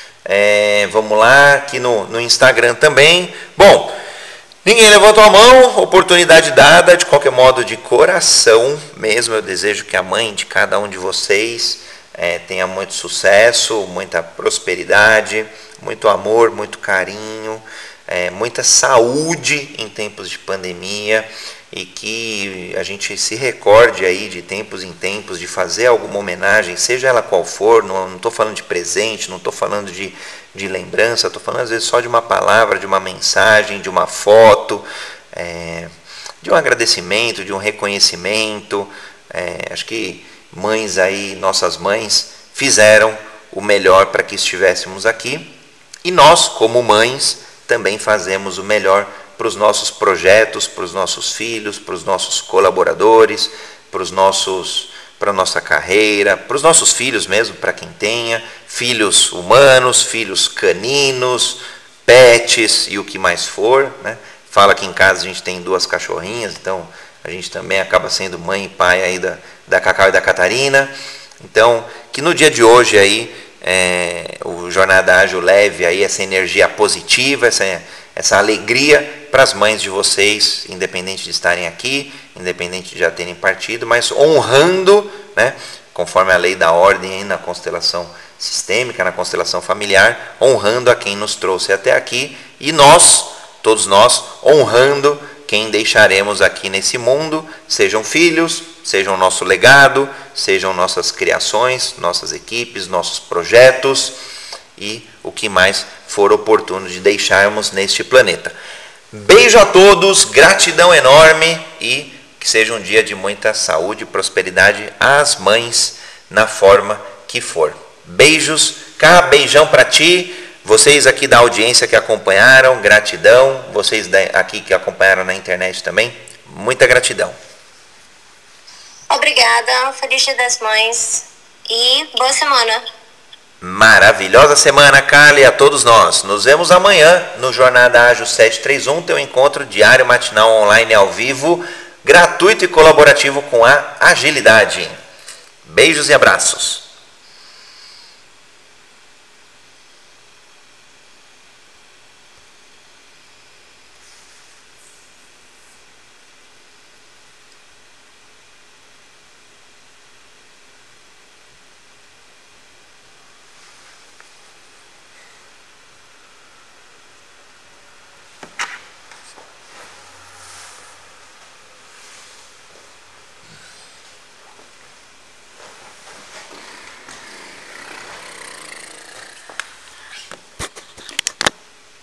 É, vamos lá, aqui no, no Instagram também. Bom, ninguém levantou a mão, oportunidade dada, de qualquer modo, de coração mesmo. Eu desejo que a mãe de cada um de vocês é, tenha muito sucesso, muita prosperidade, muito amor, muito carinho, é, muita saúde em tempos de pandemia, e que a gente se recorde aí de tempos em tempos de fazer alguma homenagem, seja ela qual for, não estou falando de presente, não estou falando de, de lembrança, estou falando às vezes só de uma palavra, de uma mensagem, de uma foto, é, de um agradecimento, de um reconhecimento. É, acho que mães aí, nossas mães, fizeram o melhor para que estivéssemos aqui, e nós, como mães, também fazemos o melhor para os nossos projetos, para os nossos filhos, para os nossos colaboradores, para os nossos, para a nossa carreira, para os nossos filhos mesmo, para quem tenha, filhos humanos, filhos caninos, pets e o que mais for, né? Fala que em casa a gente tem duas cachorrinhas, então a gente também acaba sendo mãe e pai aí da, da Cacau e da Catarina. Então, que no dia de hoje aí, é, o Jornada Ágil leve aí essa energia positiva, essa, essa alegria para as mães de vocês, independente de estarem aqui, independente de já terem partido, mas honrando, né, conforme a lei da ordem aí na constelação sistêmica, na constelação familiar, honrando a quem nos trouxe até aqui, e nós, todos nós, honrando quem deixaremos aqui nesse mundo, sejam filhos, sejam nosso legado, sejam nossas criações, nossas equipes, nossos projetos e o que mais for oportuno de deixarmos neste planeta. Beijo a todos, gratidão enorme e que seja um dia de muita saúde e prosperidade às mães na forma que for. Beijos, cá, beijão para ti. Vocês aqui da audiência que acompanharam, gratidão. Vocês aqui que acompanharam na internet também, muita gratidão. Obrigada, feliz Dia das Mães e boa semana. Maravilhosa semana, Kali, a todos nós. Nos vemos amanhã no Jornada Ágil sete três um, teu encontro diário matinal online ao vivo, gratuito e colaborativo com a agilidade. Beijos e abraços.